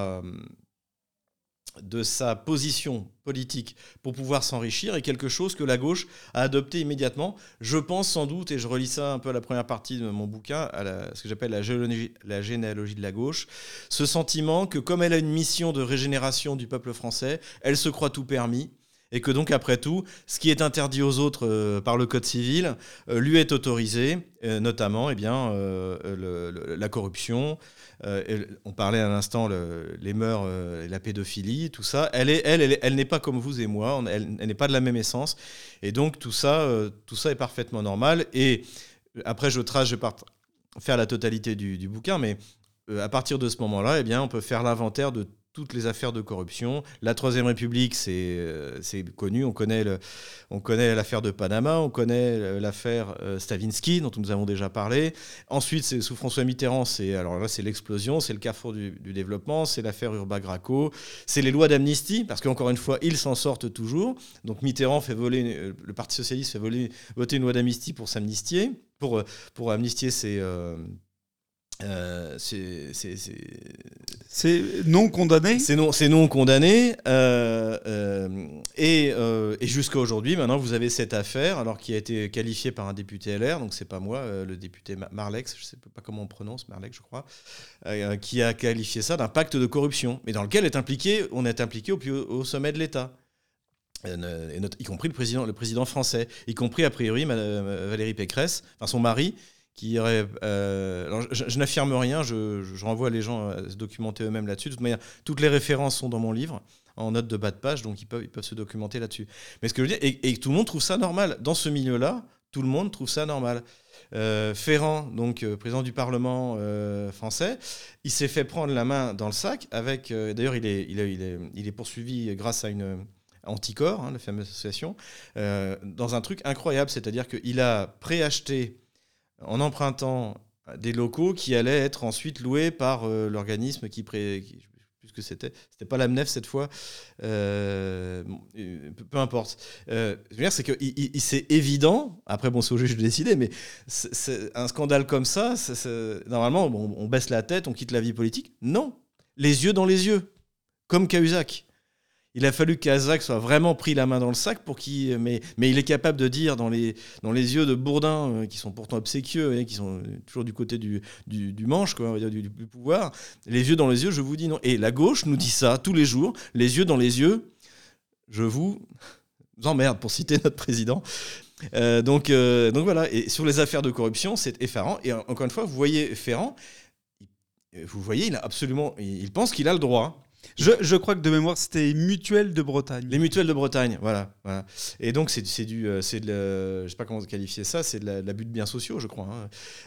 sa position politique pour pouvoir s'enrichir est quelque chose que la gauche a adopté immédiatement. Je pense sans doute, et je relis ça un peu à la première partie de mon bouquin, ce que j'appelle la généalogie de la gauche, ce sentiment que comme elle a une mission de régénération du peuple français, elle se croit tout permis, et que donc après tout, ce qui est interdit aux autres par le Code civil lui est autorisé, notamment la corruption. On parlait à l'instant les mœurs, la pédophilie, tout ça. Elle n'est pas comme vous et moi, elle n'est pas de la même essence. Et donc tout ça est parfaitement normal. Et après, je vais pas faire la totalité du bouquin, mais à partir de ce moment-là, on peut faire l'inventaire de toutes les affaires de corruption. La Troisième République, c'est connu. On connaît l'affaire de Panama, on connaît l'affaire Stavinsky, dont nous avons déjà parlé. Ensuite, c'est sous François Mitterrand, c'est l'explosion, c'est le carrefour du développement, c'est l'affaire Urbac-Graco, c'est les lois d'amnistie, parce qu'encore une fois, ils s'en sortent toujours. Donc Mitterrand le Parti socialiste fait voter une loi d'amnistie pour s'amnistier, pour amnistier c'est non condamné. C'est non condamné. Et jusqu'à aujourd'hui, maintenant, vous avez cette affaire, alors qui a été qualifiée par un député LR, donc c'est pas moi, le député Marlex, je sais pas comment on prononce, Marlex, je crois, qui a qualifié ça d'un pacte de corruption, mais dans lequel on est impliqué au plus haut sommet de l'État. Y compris le président français, y compris a priori Valérie Pécresse, enfin son mari, qui aurait. Alors je n'affirme rien, je renvoie les gens à se documenter eux-mêmes là-dessus. De toute manière, toutes les références sont dans mon livre, en note de bas de page, donc ils peuvent se documenter là-dessus. Mais ce que je veux dire, et tout le monde trouve ça normal. Dans ce milieu-là, Tout le monde trouve ça normal. Ferrand, donc président du Parlement français, il s'est fait prendre la main dans le sac avec. D'ailleurs, il est poursuivi grâce à une Anticor, la fameuse association, dans un truc incroyable, c'est-à-dire qu'il a préacheté en empruntant des locaux qui allaient être ensuite loués par l'organisme puisque c'était pas l'AMNEF cette fois, peu importe. Je veux dire, c'est que c'est évident, après bon, c'est au juge de décider, mais c'est un scandale comme ça, normalement on baisse la tête, on quitte la vie politique. Non, les yeux dans les yeux, comme Cahuzac. Il a fallu que Cahuzac soit vraiment pris la main dans le sac pour qu'il. Mais il est capable de dire dans les yeux de Bourdin, qui sont pourtant obséquieux, qui sont toujours du côté du manche, quoi, on va dire, du pouvoir, les yeux dans les yeux, je vous dis non. Et la gauche nous dit ça tous les jours, les yeux dans les yeux, je vous emmerde, pour citer notre président. Donc voilà. Et sur les affaires de corruption, c'est effarant. Et encore une fois, vous voyez Ferrand, il pense qu'il a le droit. Je crois que de mémoire, c'était les Mutuelles de Bretagne. Les Mutuelles de Bretagne, voilà. Et donc, je sais pas comment qualifier ça, c'est de l'abus de biens sociaux, je crois.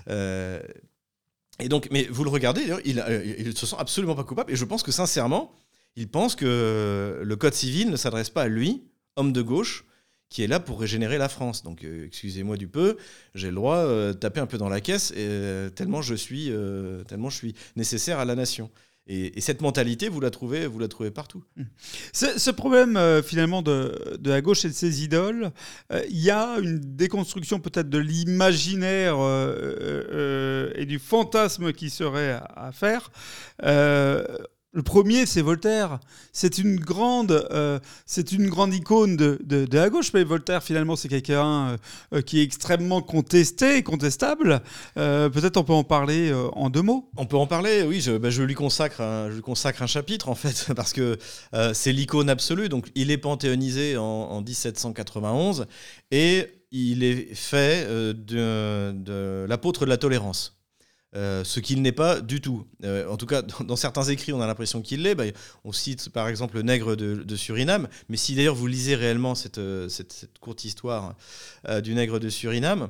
Et donc, mais vous le regardez, d'ailleurs, il se sent absolument pas coupable. Et je pense que, sincèrement, il pense que le Code civil ne s'adresse pas à lui, homme de gauche, qui est là pour régénérer la France. Donc, excusez-moi du peu, j'ai le droit de taper un peu dans la caisse, tellement je suis nécessaire à la nation. Et cette mentalité, vous la trouvez partout. Ce problème, finalement, de la gauche et de ses idoles, il y a une déconstruction peut-être de l'imaginaire et du fantasme qui serait à faire. Le premier, c'est Voltaire. C'est une grande icône de la gauche. Mais Voltaire, finalement, c'est quelqu'un qui est extrêmement contestable. Peut-être on peut en parler en 2 mots. On peut en parler, oui. Je lui consacre un chapitre, en fait, parce que c'est l'icône absolue. Donc, il est panthéonisé en 1791 et il est fait de l'apôtre de la tolérance. Ce qu'il n'est pas du tout. En tout cas, dans certains écrits, on a l'impression qu'il l'est. On cite par exemple le nègre de Suriname, mais si d'ailleurs vous lisez réellement cette courte histoire du nègre de Suriname,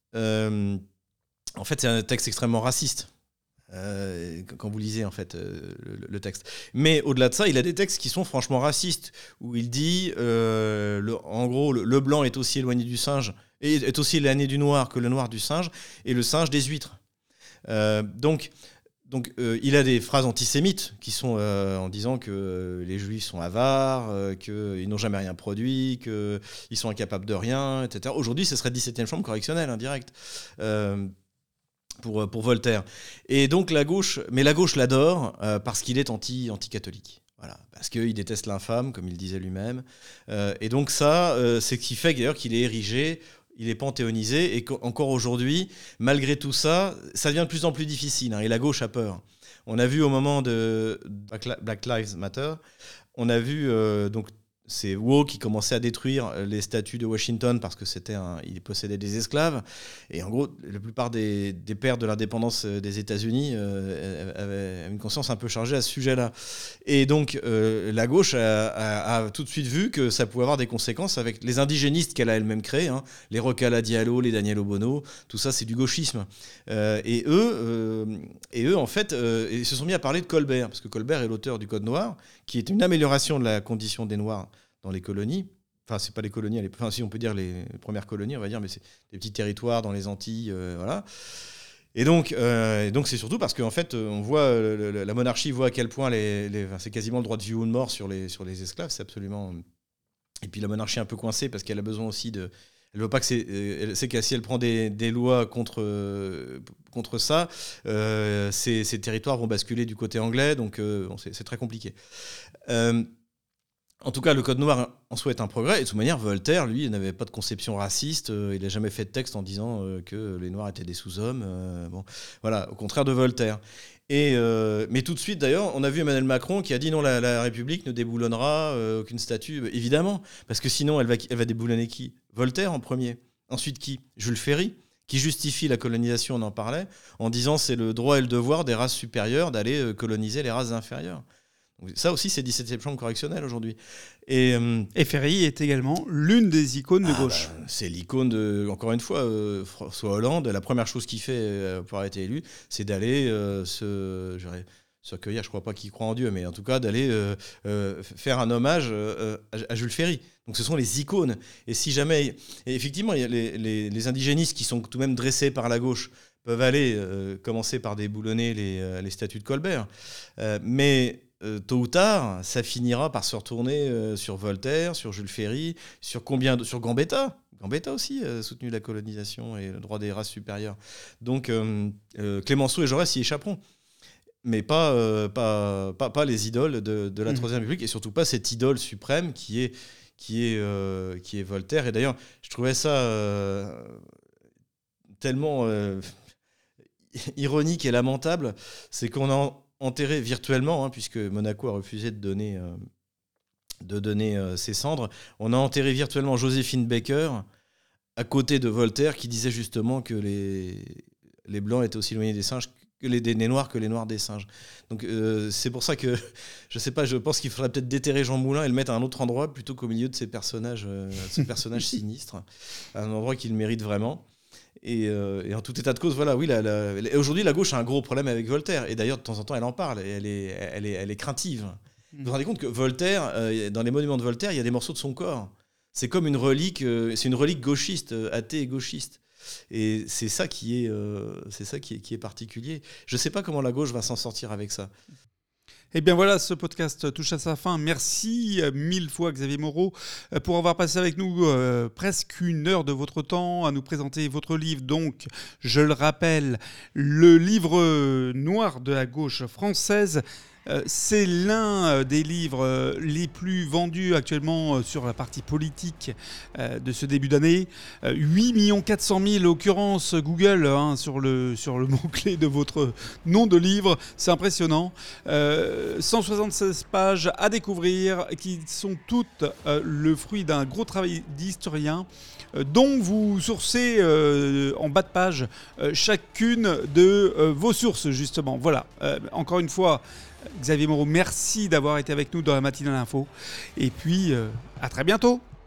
en fait c'est un texte extrêmement raciste. Quand vous lisez en fait le texte. Mais au-delà de ça, il a des textes qui sont franchement racistes, où il dit, en gros, le blanc est aussi éloigné du singe, et est aussi éloigné du noir que le noir du singe, et le singe des huîtres. Donc, il a des phrases antisémites qui sont en disant que les juifs sont avares, qu'ils n'ont jamais rien produit, qu'ils sont incapables de rien, etc. Aujourd'hui, ce serait 17e chambre correctionnelle, direct, pour Voltaire. Et donc la gauche l'adore parce qu'il est anti-catholique. Voilà, parce qu'il déteste l'infâme, comme il disait lui-même. Et donc ça, c'est ce qui fait d'ailleurs qu'il est érigé. Il est panthéonisé et qu'encore aujourd'hui, malgré tout ça, ça devient de plus en plus difficile. Et la gauche a peur. On a vu au moment de Black Lives Matter, on a vu donc c'est woke qui commençait à détruire les statues de Washington parce que il possédait des esclaves. Et en gros, la plupart des pères de l'indépendance des États-Unis avaient une conscience un peu chargée à ce sujet-là. Et donc, la gauche a tout de suite vu que ça pouvait avoir des conséquences avec les indigénistes qu'elle a elle-même créés, les Rocala Diallo, les Daniel Obono, tout ça, c'est du gauchisme. Et eux, en fait, ils se sont mis à parler de Colbert, parce que Colbert est l'auteur du Code noir, qui est une amélioration de la condition des Noirs dans les colonies. Enfin, c'est pas les colonies, si on peut dire les premières colonies, on va dire, mais c'est des petits territoires dans les Antilles, voilà. Et donc c'est surtout parce qu'en fait, on voit la monarchie voit à quel point c'est quasiment le droit de vie ou de mort sur les esclaves, c'est absolument. Et puis la monarchie est un peu coincée parce qu'elle a besoin aussi de. Elle veut pas que elle sait que si elle prend des lois contre ça, ces territoires vont basculer du côté anglais, donc c'est très compliqué. En tout cas, le Code noir en soi est un progrès. Et de toute manière, Voltaire, lui, il n'avait pas de conception raciste. Il n'a jamais fait de texte en disant que les Noirs étaient des sous-hommes. Voilà, au contraire de Voltaire. Mais tout de suite, d'ailleurs, on a vu Emmanuel Macron qui a dit non, la République ne déboulonnera aucune statue. Évidemment, parce que sinon, elle va déboulonner qui ? Voltaire en premier. Ensuite, qui ? Jules Ferry, qui justifie la colonisation, on en parlait, en disant c'est le droit et le devoir des races supérieures d'aller coloniser les races inférieures. Donc, ça aussi, c'est 17e chambre correctionnelle aujourd'hui. Et Ferry est également l'une des icônes de gauche. C'est l'icône de, encore une fois, François Hollande. La première chose qu'il fait pour avoir été élu, c'est d'aller se recueillir, je ne crois pas qu'il croit en Dieu, mais en tout cas d'aller faire un hommage à Jules Ferry. Donc ce sont les icônes. Et si jamais... Et effectivement, il y a les indigénistes qui sont tout de même dressés par la gauche peuvent aller commencer par déboulonner les statues de Colbert. Mais tôt ou tard, ça finira par se retourner sur Voltaire, sur Jules Ferry, sur Gambetta. Gambetta aussi a soutenu la colonisation et le droit des races supérieures. Donc Clémenceau et Jaurès y échapperont. Mais pas les idoles de la Troisième République, et surtout pas cette idole suprême qui est Voltaire. Et d'ailleurs, je trouvais ça tellement ironique et lamentable, c'est qu'on a enterré virtuellement, puisque Monaco a refusé de donner ses cendres, on a enterré virtuellement Joséphine Baker à côté de Voltaire, qui disait justement que les Blancs étaient aussi éloignés des singes des Noirs que les Noirs des singes. Donc c'est pour ça que, je sais pas, je pense qu'il faudrait peut-être déterrer Jean Moulin et le mettre à un autre endroit plutôt qu'au milieu de ces personnages sinistres, à un endroit qu'il mérite vraiment. Et en tout état de cause, voilà, oui, aujourd'hui la gauche a un gros problème avec Voltaire. Et d'ailleurs, de temps en temps, elle en parle. Et elle est craintive. Vous vous rendez compte que Voltaire, dans les monuments de Voltaire, il y a des morceaux de son corps. C'est comme une relique, c'est une relique gauchiste, athée et gauchiste. Et c'est ça qui est particulier. Je ne sais pas comment la gauche va s'en sortir avec ça. Eh bien voilà, ce podcast touche à sa fin. Merci 1000 fois Xavier Moreau pour avoir passé avec nous presque une heure de votre temps à nous présenter votre livre. Donc, je le rappelle, le livre noir de la gauche française. C'est l'un des livres les plus vendus actuellement sur la partie politique de ce début d'année. 8 400 000 occurrences Google sur le mot-clé de votre nom de livre. C'est impressionnant. 176 pages à découvrir qui sont toutes le fruit d'un gros travail d'historien dont vous sourcez en bas de page chacune de vos sources, justement. Voilà, encore une fois, Xavier Moreau, merci d'avoir été avec nous dans la matinale info. Et puis, à très bientôt.